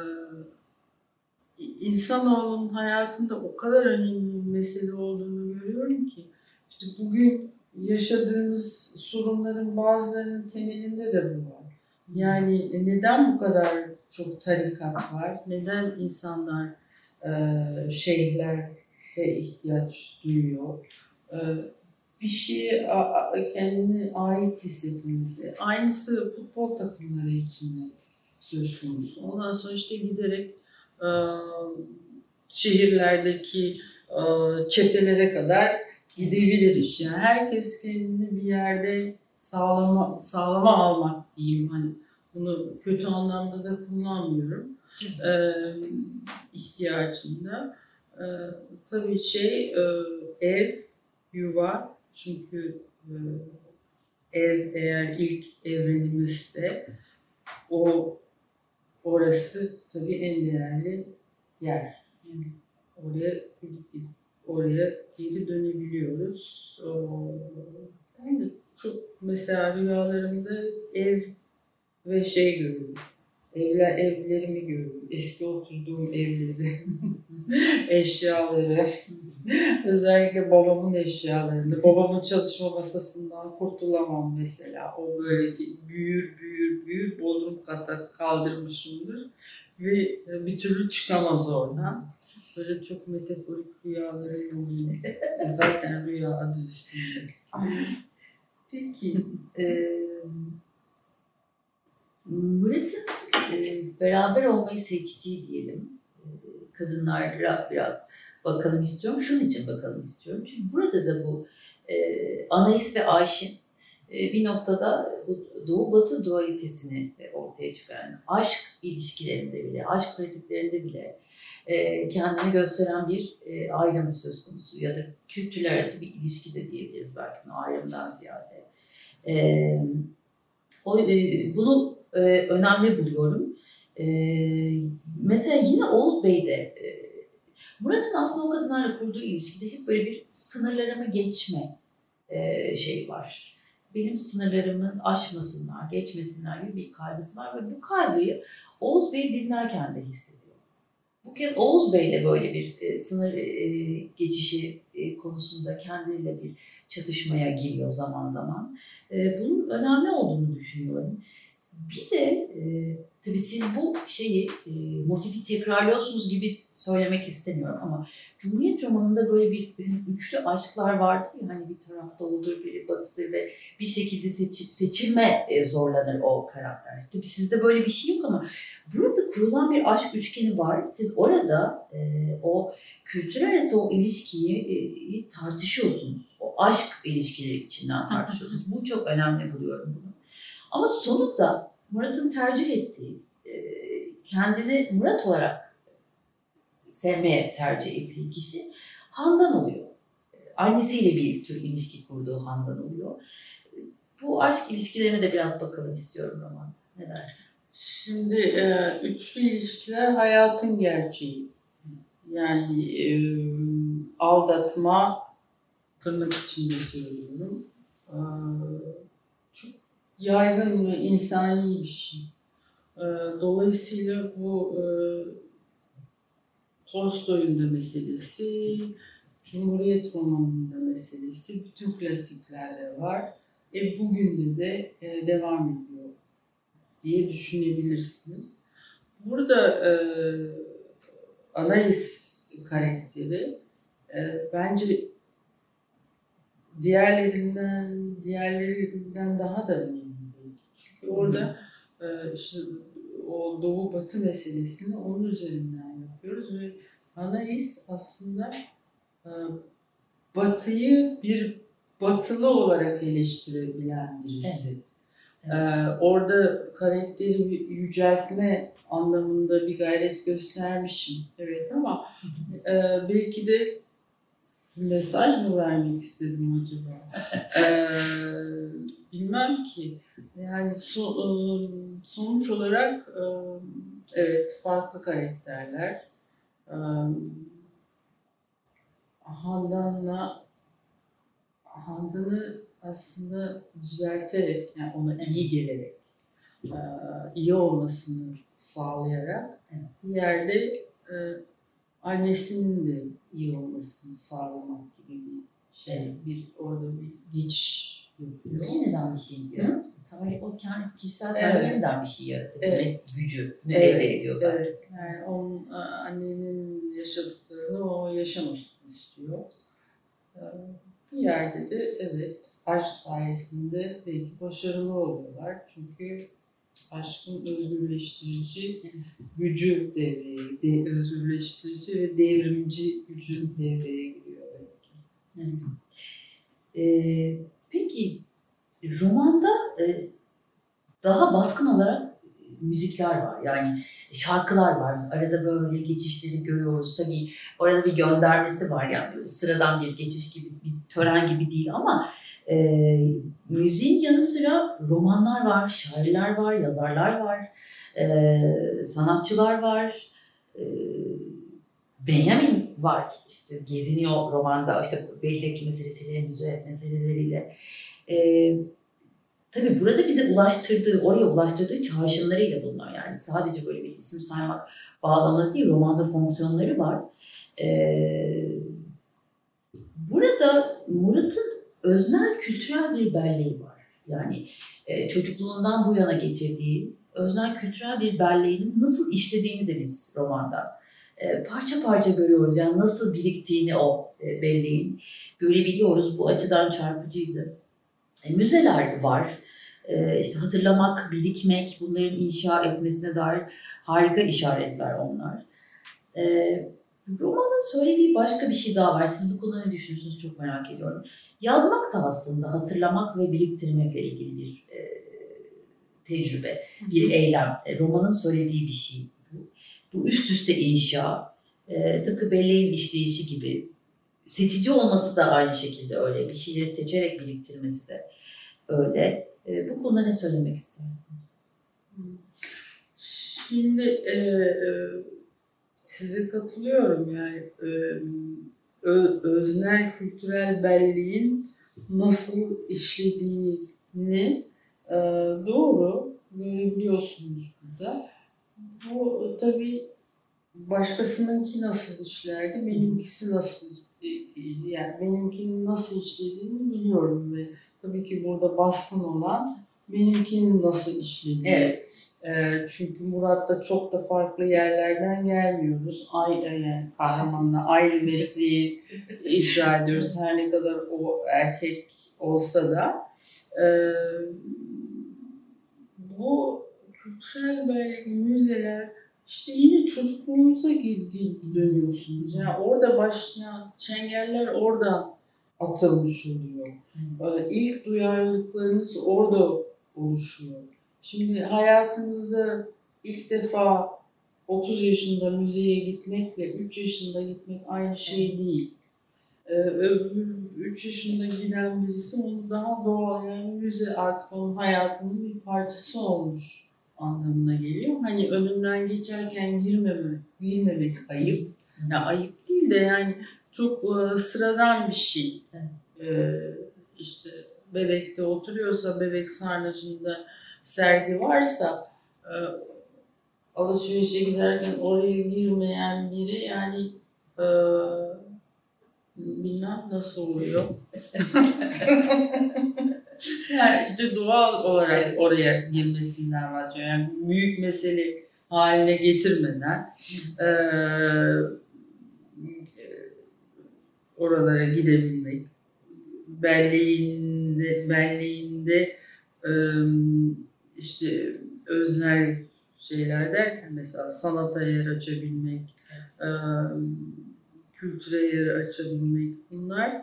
insanoğlunun hayatında o kadar önemli bir mesele olduğunu görüyorum ki, işte bugün yaşadığımız sorunların bazılarının temelinde de bu var. Yani neden bu kadar çok tarikat var? Neden insanlar e, şeyhlere ihtiyaç duyuyor? E, bir şeye kendine ait hissetmesi. Aynısı futbol takımları için de söz konusu. Ondan sonra işte giderek e, şehirlerdeki e, çetelere kadar gidebiliriz. Yani herkes kendini bir yerde sağlama, sağlama almak diyeyim. Hani bunu kötü anlamda da kullanmıyorum. E, ihtiyacında. E, tabii şey e, ev, yuva. Çünkü e, ev eğer ilk evrenimizse o orası tabii en değerli yer. Yani oraya oraya geri dönebiliyoruz. O, ben de çok mesela rüyalarımda ev ve şey görüyorum. Evler, evlerimi görüyorum. Eski oturduğum evleri, eşyaları. Özellikle babamın eşyalarını. Babamın çalışma masasından kurtulamam mesela. O böyle büyür büyür büyür. Bodrum kata kaldırmışımdır. Ve bir türlü çıkamaz oradan. Böyle çok metaforik rüyalarım oluyor. Zaten rüya adı üstünde. Peki, e, Murat'ın e, beraber olmayı seçtiği diyelim, e, kadınlara biraz bakalım istiyorum. Şunun için bakalım istiyorum. Çünkü burada da bu e, Anais ve Ayşin e, bir noktada bu Doğu-Batı dualitesini e, ortaya çıkaran, aşk ilişkilerinde bile, aşk pratiklerinde bile e, kendini gösteren bir e, ayrım söz konusu ya da kültürler arası bir ilişki de diyebiliriz belki bunu ayrımdan ziyade. E, o, e, bunu e, önemli buluyorum. E, mesela yine Oğuz Bey'de e, Murat'ın aslında o kadınlarla kurduğu ilişkide hep böyle bir sınırlarımı geçme e, şey var. Benim sınırlarımı aşmasınlar, geçmesinler gibi bir kaygısı var ve bu kaygıyı Oğuz Bey'i dinlerken de hissediyor. Bu kez Oğuz Bey'le böyle bir e, sınır e, geçişi e, konusunda kendiyle bir çatışmaya giriyor zaman zaman. E, bunun önemli olduğunu düşünüyorum. Bir de e, tabii siz bu şeyi e, motifi tekrarlıyorsunuz gibi söylemek istemiyorum ama Cumhuriyet romanında böyle bir, bir üçlü aşklar vardır ya hani bir tarafta olur biri batıdır ve bir şekilde seçi, seçilme e, zorlanır o karakter. Tabii sizde böyle bir şey yok ama burada kurulan bir aşk üçgeni var. Siz orada e, o kültürel arası o ilişkiyi e, tartışıyorsunuz. O aşk ilişkileri içinden tartışıyorsunuz. Bu çok önemli buluyorum bunu. Ama sonunda Murat'ın tercih ettiği, kendini Murat olarak sevmeye tercih ettiği kişi Handan oluyor. Annesiyle bir tür ilişki kurduğu Handan oluyor. Bu aşk ilişkilerine de biraz bakalım istiyorum romanda. Ne dersiniz? Şimdi e, üçlü ilişkiler hayatın gerçeği. Yani e, aldatma, tırnak içinde söylüyorum, e, çok yaygın ve insani bir şey. E, dolayısıyla bu e, Tolstoy'un da meselesi, Cumhuriyet romanının da meselesi, bütün klasiklerde var. E, bugün de e, devam ediyor diye düşünebilirsiniz. Burada e, Anais karakteri e, bence diğerlerinden diğerlerinden daha da önemli. Çünkü orada e, işte o Doğu Batı meselesini onun üzerinden yapıyoruz ve Anais aslında e, Batı'yı bir Batılı olarak eleştirebilen birisi. Evet. Ee, orada karakteri yüceltme anlamında bir gayret göstermişim. Evet ama e, belki de mesaj mı vermek istedim acaba? Ee, bilmem ki. Yani so, e, sonuç olarak e, evet farklı karakterler. E, Handan'la Handan'ı aslında düzelterek, yani ona iyi gelerek, iyi olmasını sağlayarak bir yerde annesinin de iyi olmasını sağlamak gibi bir şey, bir orada bir geçiş yapıyor. Yeniden bir şey yaratıyor. Tabii o kendi kişisel Evet. yeniden bir şey yaratıyor. Evet. Demek gücü ne Evet. elde ediyor belki. Evet. Yani onun annenin yaşadıklarını o yaşamasını istiyor. Bir yerde de evet aşk sayesinde belki başarılı oluyorlar. Çünkü aşkın özgürleştirici gücü devreye, de, özgürleştirici ve devrimci gücü devreye giriyor belki. Evet. Ee, peki romanda e, daha baskın olarak müzikler var. Yani şarkılar var. Biz arada böyle geçişleri görüyoruz. Tabii orada bir göndermesi var. Yani böyle sıradan bir geçiş gibi, bir tören gibi değil ama e, müziğin yanı sıra romanlar var, şairler var, yazarlar var, e, sanatçılar var. E, Benjamin var. İşte geziniyor romanda. İşte bellek meselesiyle, müze meseleleriyle. E, Tabii burada bize ulaştırdığı, oraya ulaştırdığı çağrışımlarıyla bunlar. Yani sadece böyle bir isim saymak bağlamında değil, romanda fonksiyonları var. Ee, burada Murat'ın öznel kültürel bir belleği var. Yani e, çocukluğundan bu yana getirdiği öznel kültürel bir belleğinin nasıl işlediğini de biz romanda e, parça parça görüyoruz. Yani nasıl biriktiğini o e, belleğin görebiliyoruz. Bu açıdan çarpıcıydı. E, müzeler var. E, işte hatırlamak, birikmek, bunların inşa etmesine dair harika işaretler onlar. E, Romanın söylediği başka bir şey daha var. Siz bu konuda ne düşünüyorsunuz çok merak ediyorum. Yazmak da aslında hatırlamak ve biriktirmekle ilgili bir e, tecrübe, bir eylem. E, romanın söylediği bir şey bu. Bu üst üste inşa, e, tıpkı belleğin işleyişi gibi. Seçici olması da aynı şekilde öyle. Bir şeyleri seçerek biriktirmesi de öyle. E, bu konuda ne söylemek istersiniz? Şimdi e, e, size katılıyorum yani e, ö, öznel kültürel belleğin nasıl işlediğini e, doğru görebiliyorsunuz burada. Bu tabii başkasınınki nasıl işlerdi, benimkisi nasıl yani benimkinin nasıl işlediğini biliyorum ve tabii ki burada baskın olan benimkinin nasıl işlediği. Evet. E, çünkü Murat'ta çok da farklı yerlerden gelmiyoruz. Aynı yani kahramanla aynı mesleği icra ediyoruz. Her ne kadar o erkek olsa da e, bu kültürel belki müzeler işte yine çocukluğunuza dönüyorsunuz. Yani orada başlayan çengeller orada atılmış oluyor. Ee, ilk duyarlılıklarınız orada oluşuyor. Şimdi hayatınızda ilk defa otuz yaşında müzeye gitmekle üç yaşında gitmek aynı şey değil. Ee, üç yaşında giden birisi onu daha doğal yani müze artık onun hayatının bir parçası olmuş anlamına geliyor. Hani önünden geçerken girmemek, girmemek ayıp. Yani ayıp değil de yani çok e, sıradan bir şey. Ee, işte Bebek'te oturuyorsa, Bebek Sarnıcı'nda sergi varsa e, alışverişe giderken oraya girmeyen biri yani e, bilmem nasıl oluyor. Yani işte doğal olarak evet. Oraya girmesinden bahsediyor. Yani büyük mesele haline getirmeden e, oralara gidebilmek, belleğinde, belleğinde e, işte öznel şeyler derken mesela sanata yer açabilmek, e, kültüre yer açabilmek bunlar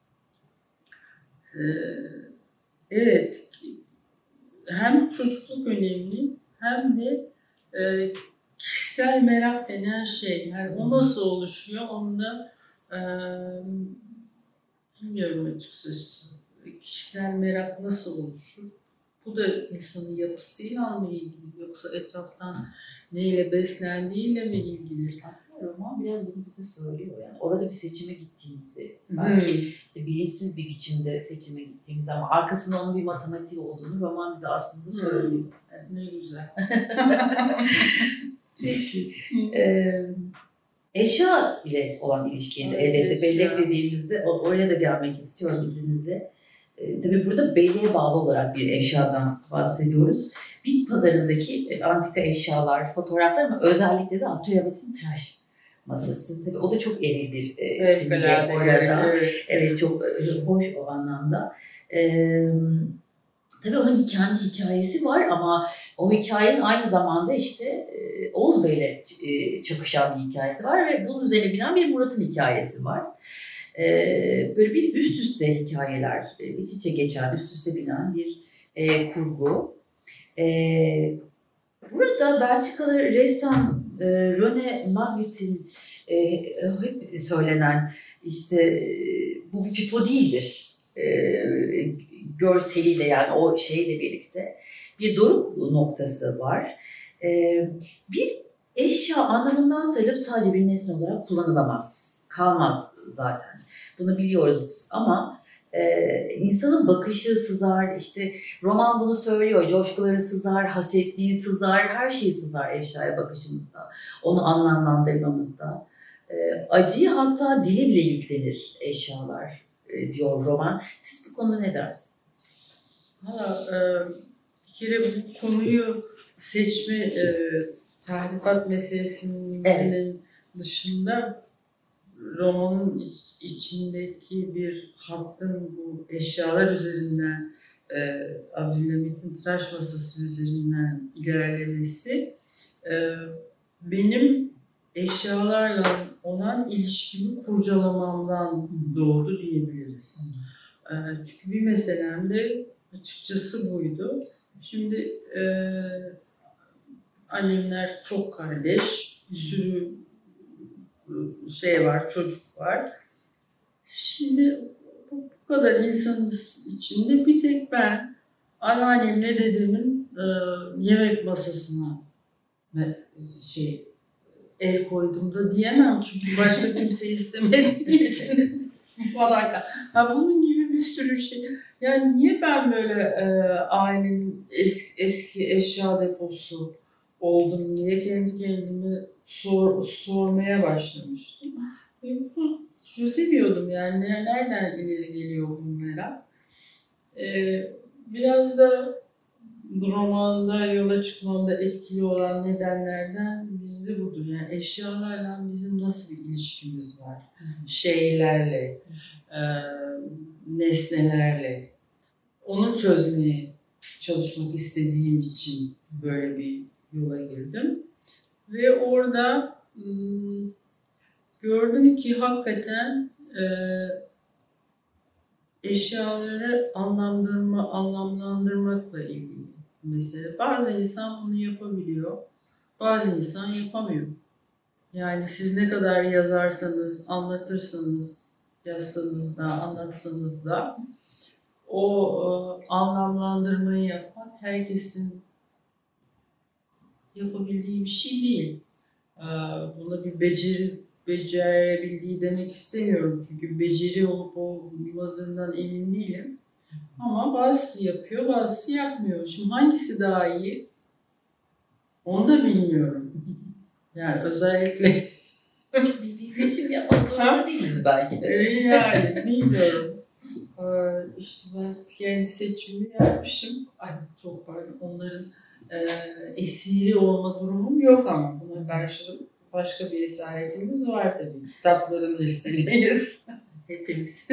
e, evet hem çocukluk önemli hem de e, kişisel merak denen şey. Yani o nasıl oluşuyor onu da e, bilmiyorum açıkçası. Kişisel merak nasıl oluşur? Bu da insanın yapısıyla mı ilgili yoksa etraftan neyle beslendiğiyle mi ilgili? Aslında roman biraz bunu bize söylüyor yani. Orada bir seçime gittiğimizi, belki hmm. işte bilinçsiz bir biçimde seçime gittiğimiz ama arkasında onun bir matematiği olduğunu roman bize aslında söylüyor. Hmm. Evet. Ne güzel. Peki. ee, eşya ile olan ilişkiyi de elbette bellek dediğimizde oraya da gelmek istiyorum izninizle. Ee, tabii burada belleğe bağlı olarak bir eşyadan bahsediyoruz. Bit pazarındaki antika eşyalar, fotoğraflar ama özellikle de Abdülhamit'in tıraş masası. Tabii o da çok eril bir e, simge orada. Evet. evet çok e, hoş o anlamda. Ee, tabii onun bir kendi hikayesi var ama o hikayenin aynı zamanda işte e, Oğuz Bey'le e, çakışan bir hikayesi var ve bunun üzerine binen bir Murat'ın hikayesi var. Ee, böyle bir üst üste hikayeler, iç içe geçen, üst üste binen bir e, kurgu. Ee, burada Belçikalı ressam e, René Magritte'in e, hep söylenen işte e, bu bir pipo değildir e, görseliyle yani o şeyle birlikte bir doruk noktası var. E, bir eşya anlamından sayılıp sadece bir nesne olarak kullanılamaz, kalmaz zaten. Bunu biliyoruz ama e, insanın bakışı sızar, işte roman bunu söylüyor, coşkuları sızar, hasetliği sızar, her şey sızar eşyaya bakışımızda, onu anlamlandırmamızda. E, acıyı hatta dile bile yüklenir eşyalar e, diyor roman. Siz bu konuda ne dersiniz? Valla e, bir kere bu konuyu seçme e, tahribat meselesinin evet. dışında romanın iç, içindeki bir hattın bu eşyalar üzerinden e, Abdülhamit'in tıraş masası üzerinden ilerlemesi e, benim eşyalarla olan ilişkimi kurcalamamdan doğdu diyebiliriz. E, çünkü bir meselem de açıkçası buydu. Şimdi e, annemler çok kardeş, bir sürü şey var, çocuk var. Şimdi bu, bu kadar insanın içinde bir tek ben anneannemle dedemin e, yemek masasına şey el koydum da diyemem çünkü başka kimse istemediği için falan. Ha, bunun gibi bir sürü şey. Yani niye ben böyle e, ailenin eski, eski eşya deposu oldum diye kendi kendime sor, sormaya başlamıştım. Çözemiyordum yani nereden ileri geliyor bu merak. Ee, biraz da romanda yola çıkmamda etkili olan nedenlerden biri de budur. Yani eşyalarla bizim nasıl bir ilişkimiz var? Şeylerle, e, nesnelerle. Onu çözmeye çalışmak istediğim için böyle bir yola girdim. Ve orada ım, gördüm ki hakikaten e, eşyaları anlamlandırma, anlamlandırmakla ilgili mesele. Bazı insan bunu yapabiliyor, bazı insan yapamıyor. Yani siz ne kadar yazarsanız, anlatırsanız, yazsanız da, anlatsanız da o e, anlamlandırmayı yapmak herkesin yapabildiği bir şey değil. E, buna bir beceri becerebildiği demek istemiyorum çünkü beceri olup olmadığından emin değilim. Ama bazısı yapıyor, bazısı yapmıyor. Şimdi hangisi daha iyi? Onu da bilmiyorum. Yani özellikle Bir, bir seçim yapmak zorunda değiliz belki de. yani bilmiyorum. Ee, işte ben kendi seçimimi yapmışım. Ay çok pardon. Onların e, esiri olma durumum yok ama buna karşılık başka bir esaretimiz var tabii. Kitapların esiriyiz. Hepimiz.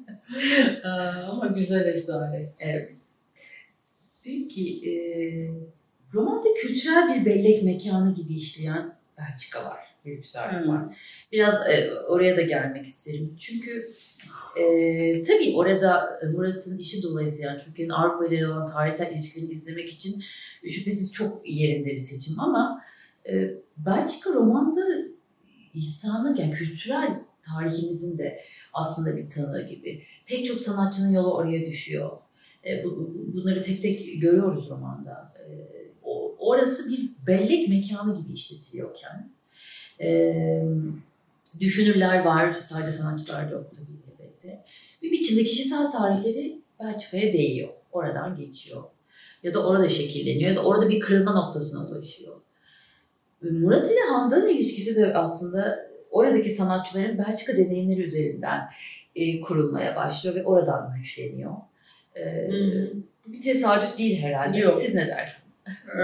Ama güzel esaret. Evet. Peki, e, romanda kültürel bir bellek mekanı gibi işleyen Belçika var. Brüksel'de Hmm. var. Biraz e, oraya da gelmek isterim. Çünkü e, tabii orada Murat'ın işi dolayısıyla yani Türkiye'nin Avrupa ile olan tarihsel ilişkilerini izlemek için şüphesiz çok yerinde bir seçim ama e, Belçika romanda insanlık yani kültürel tarihimizin de aslında bir tanığı gibi. Pek çok sanatçının yolu oraya düşüyor. E, bu, bunları tek tek görüyoruz romanda. E, o, orası bir bellek mekanı gibi işletiliyor kent. E, düşünürler var, sadece sanatçılar da yok tabii elbette. Bir biçimde kişisel tarihleri Belçika'ya değiyor. Oradan geçiyor. Ya da orada şekilleniyor ya da orada bir kırılma noktasına ulaşıyor. Murat ile Handan'ın ilişkisi de aslında oradaki sanatçıların Belçika deneyimleri üzerinden e, kurulmaya başlıyor ve oradan güçleniyor. E, bu bir tesadüf değil herhalde. Yok. Siz ne dersiniz?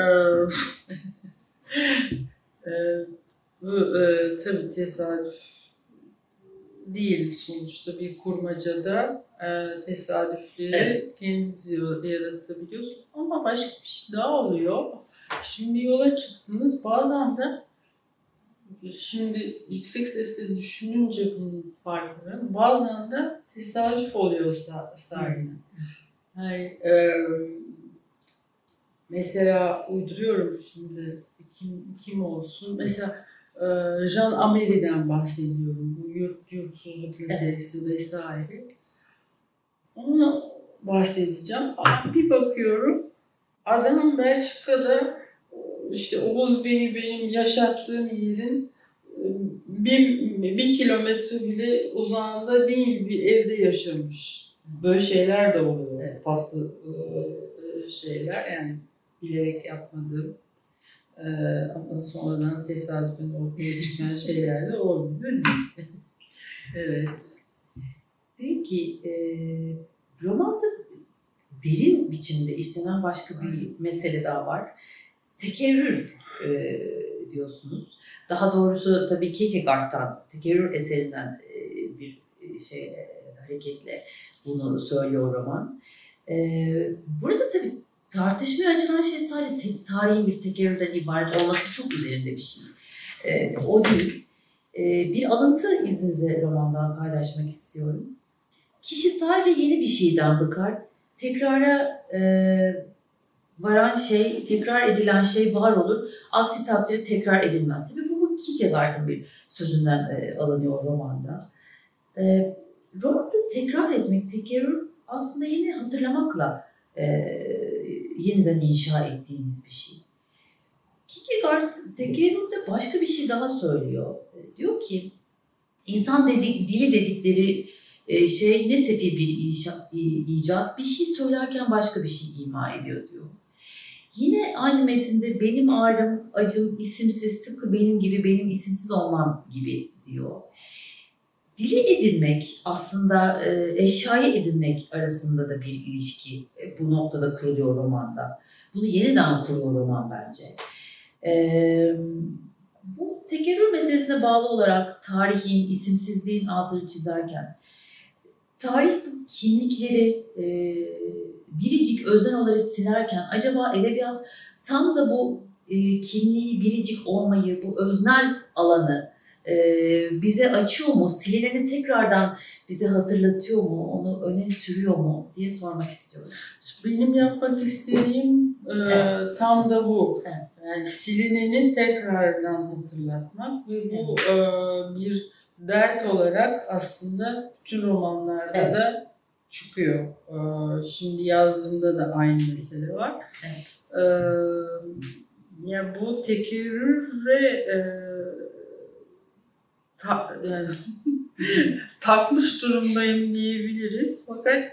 e, bu e, tabii tesadüf değil sonuçta bir kurmacada e, tesadüfleri Evet. kendiniz yaratabiliyorsunuz ama başka bir şey daha oluyor. Şimdi yola çıktınız bazen de şimdi yüksek sesle düşününce bunun farkını bazen de tesadüf oluyor sahiden. Yani, e, mesela uyduruyorum şimdi kim, kim olsun mesela e, Jean Améry'den bahsediyorum bu yurt yurtsuzluk meselesi vesaire. Onu bahsedeceğim. Ama bir bakıyorum adam Belçika'da işte Oğuz Bey'i benim yaşattığım yerin bir, bir kilometre bile uzağında değil bir evde yaşamış. Böyle şeyler de oluyor. Evet. Tatlı şeyler yani bilerek yapmadığım ama sonradan tesadüfen ortaya çıkan şeyler de olmuyor değil. Evet. Peki, e, romanda derin biçimde işlenen başka bir mesele daha var. Tekerrür e, diyorsunuz. Daha doğrusu tabii Kierkegaard'dan, tekerrür eserinden e, bir şey e, hareketle bunu söylüyor roman. Ee, burada tabii tartışmaya açılan şey sadece te- tarihin bir tekerrürden ibaret olması çok üzerinde bir şey. Ee, o değil. Ee, bir alıntı izninizle romandan paylaşmak istiyorum. Kişi sadece yeni bir şeyden bıkar. Tekrara e, varan şey, tekrar edilen şey var olur. Aksi takdirde tekrar edilmez. Tabii bu, bu Kierkegaard'ın bir sözünden e, alınıyor romanda. E, romanda tekrar etmek, tekerrür aslında yine hatırlamakla e, yeniden inşa ettiğimiz bir şey. Kierkegaard tekerrürde başka bir şey daha söylüyor. E, diyor ki, insan dedi, dili dedikleri e, şey ne sefil bir inşa, icat, bir şey söylerken başka bir şey ima ediyor diyor. Yine aynı metinde benim ağrım, acım isimsiz, tıpkı benim gibi benim isimsiz olmam gibi diyor. Dili edinmek aslında e, eşyayı edinmek arasında da bir ilişki e, bu noktada kuruluyor romanda. Bunu yeniden kuruyor roman bence. E, bu tekerrür meselesine bağlı olarak tarihin, isimsizliğin altını çizerken tarih bu kimlikleri e, biricik öznel silerken acaba edebiyat tam da bu e, kimliği biricik olmayı, bu öznel alanı e, bize açıyor mu? Silineni tekrardan bize hatırlatıyor mu? Onu öne sürüyor mu diye sormak istiyorum. Benim yapmak istediğim e, evet. tam da bu. Evet. Yani silineni tekrardan hatırlatmak ve bu evet. e, bir dert olarak aslında bütün romanlarda evet. da çıkıyor. E, şimdi yazdığımda da aynı mesele var. Evet. E, yani bu tekerrüre e, ta, yani, takmış durumdayım diyebiliriz. Fakat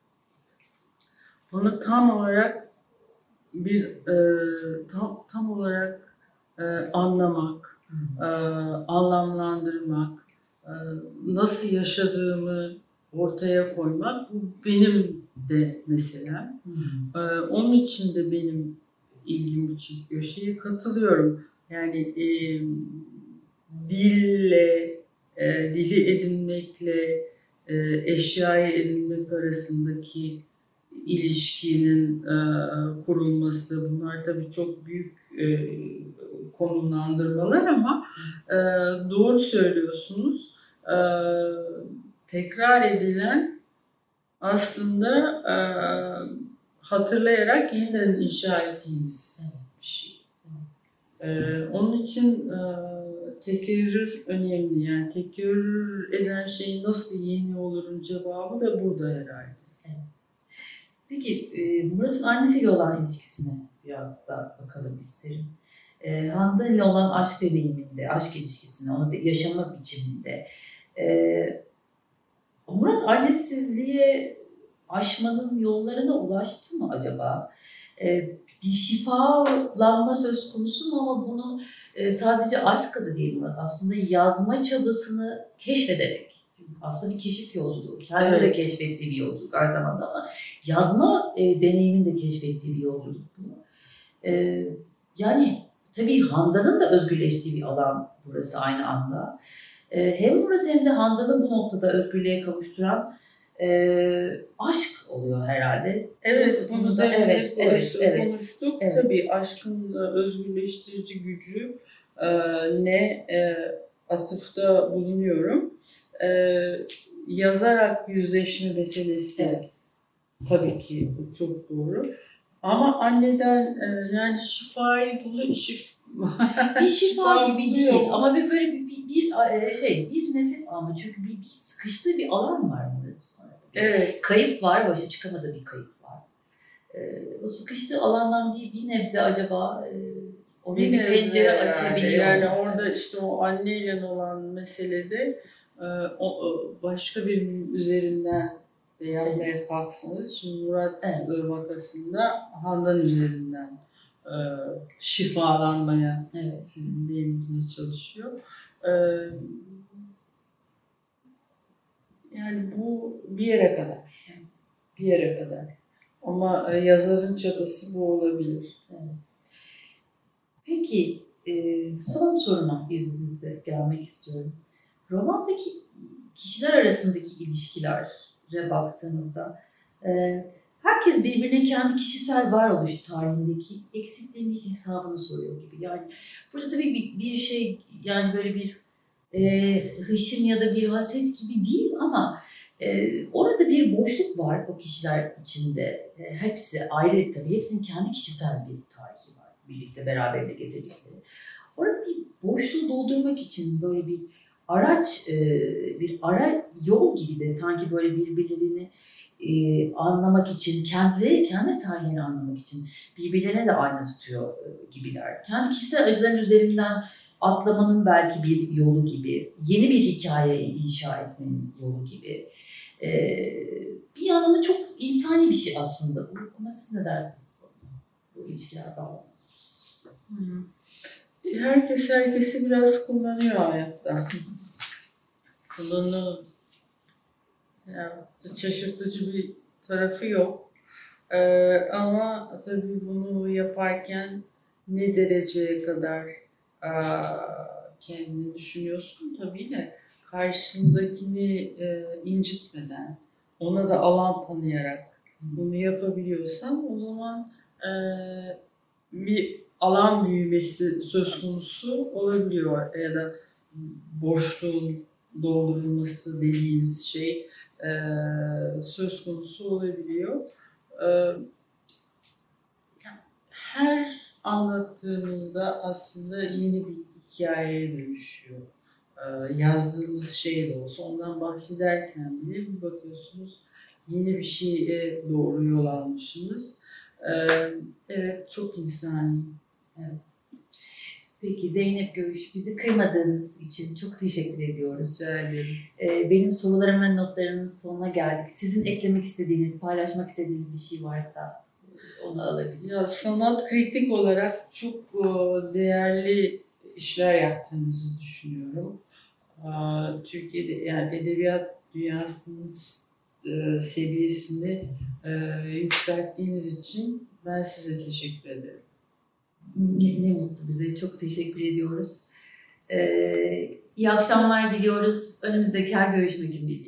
onu tam olarak bir e, tam, tam olarak e, anlamak, e, anlamlandırmak, e, nasıl yaşadığımı ortaya koymak bu benim de mesela. E, onun için de benim ilgimi çekiyor. Şeye katılıyorum. Yani e, dille, e, dili edinmekle e, eşyayı edinmek arasındaki ilişkinin e, kurulması, bunlar tabii çok büyük e, konumlandırmalar ama e, doğru söylüyorsunuz. E, tekrar edilen aslında e, hatırlayarak yeniden inşa ettiğimiz bir şey. E, onun için e, tekerrür önemli. Yani tekerrür eden şey nasıl yeni olurun cevabı da burada herhalde. Peki Murat'ın annesiyle olan ilişkisine biraz da bakalım isterim. E, Handan ile olan aşk deneyiminde, aşk ilişkisine, onu yaşama biçiminde. E, Murat annesizliğe aşmanın yollarına ulaştı mı acaba? E, bir şifalanma söz konusu mu ama bunu e, sadece aşkla da değil Murat. Aslında yazma çabasını keşfederek. Aslında bir keşif yolculuğu. Kendini evet. de keşfettiği bir yolculuk aynı zamanda ama yazma e, deneyimin de keşfettiği bir yolculuk bu. E, yani tabii Handan'ın da özgürleştiği bir alan burası aynı anda. E, hem Murat hem de Handan'ı bu noktada özgürlüğe kavuşturan e, aşk oluyor herhalde. Evet, bunu da evet, evet, evet, konuştuk. Evet. Tabii aşkın özgürleştirici gücü e, ne e, atıfta bulunuyorum. Ee, yazarak yüzleşme meselesi evet. tabii ki bu çok doğru. Ama anneden e, yani şifayı buluyor. Şif... bir şifa gibi buluyor. Değil ama bir böyle bir, bir, bir şey bir nefes alma çünkü bir, bir sıkıştığı bir alan var Murat'ın. Evet. Kayıp var, başa çıkamadığı bir kayıp var. Ee, o sıkıştığı alandan bir, bir nebze acaba e, oraya bir, bir pencere açabiliyor. Yani orada işte o anneyle olan meselede o başka birinin üzerinden de yapmaya evet. kalksanız, şimdi Murat evet. vakasında Handan üzerinden e, şifalanmaya evet. sizin deyiminizle çalışıyor. E, yani bu bir yere kadar, bir yere kadar. Ama e, yazarın çabası bu olabilir. Evet. Peki e, son soruma izninizle gelmek istiyorum. Romandaki kişiler arasındaki ilişkilere baktığımızda e, herkes birbirine kendi kişisel varoluş tarihindeki eksikliğinin hesabını soruyor gibi. Yani burada tabii bir, bir şey, yani böyle bir e, hışım ya da bir haset gibi değil ama e, orada bir boşluk var o kişiler içinde. E, hepsi ayrı tabii, hepsinin kendi kişisel bir tarihi var. Birlikte beraberine getirdikleri. Orada bir boşluğu doldurmak için böyle bir araç, e, bir ara yol gibi de sanki böyle birbirlerini e, anlamak için, kendileri, kendi tarihlerini anlamak için birbirlerine de ayna tutuyor e, gibiler. Kendi kişisel acıların üzerinden atlamanın belki bir yolu gibi, yeni bir hikaye inşa etmenin yolu gibi. E, bir yandan da çok insani bir şey aslında bu. Ama siz ne dersiniz bu konuda? Bu ilişkiler bağlamında. Hmm. Herkes herkesi biraz kullanıyor hayatta. Kullanıyor. Yani şaşırtıcı bir tarafı yok. Ee, ama tabii bunu yaparken ne dereceye kadar aa, kendini düşünüyorsun tabii de karşındakini e, incitmeden, ona da alan tanıyarak bunu yapabiliyorsan o zaman e, bir alan büyümesi söz konusu olabiliyor ya da boşluğun doldurulması dediğimiz şey e, söz konusu olabiliyor. E, her anlattığımızda aslında yeni bir hikayeye dönüşüyor. E, yazdığımız şey de olsa ondan bahsederken bile bir bakıyorsunuz yeni bir şeye doğru yol almışsınız. E, evet, çok insani. Evet. Peki Zeynep Göğüş, bizi kırmadığınız için çok teşekkür ediyoruz. Rica ederim. Ee, benim sorularım ve notlarımın sonuna geldik. Sizin eklemek istediğiniz, paylaşmak istediğiniz bir şey varsa onu alabiliriz. Ya sanat kritik olarak çok e, değerli işler yaptığınızı düşünüyorum. E, Türkiye'de yani edebiyat dünyasının e, seviyesini e, yükselttiğiniz için ben size teşekkür ederim. Ne, ne mutlu bize. Çok teşekkür ediyoruz. Ee, iyi akşamlar diliyoruz. Önümüzdeki her görüşme günü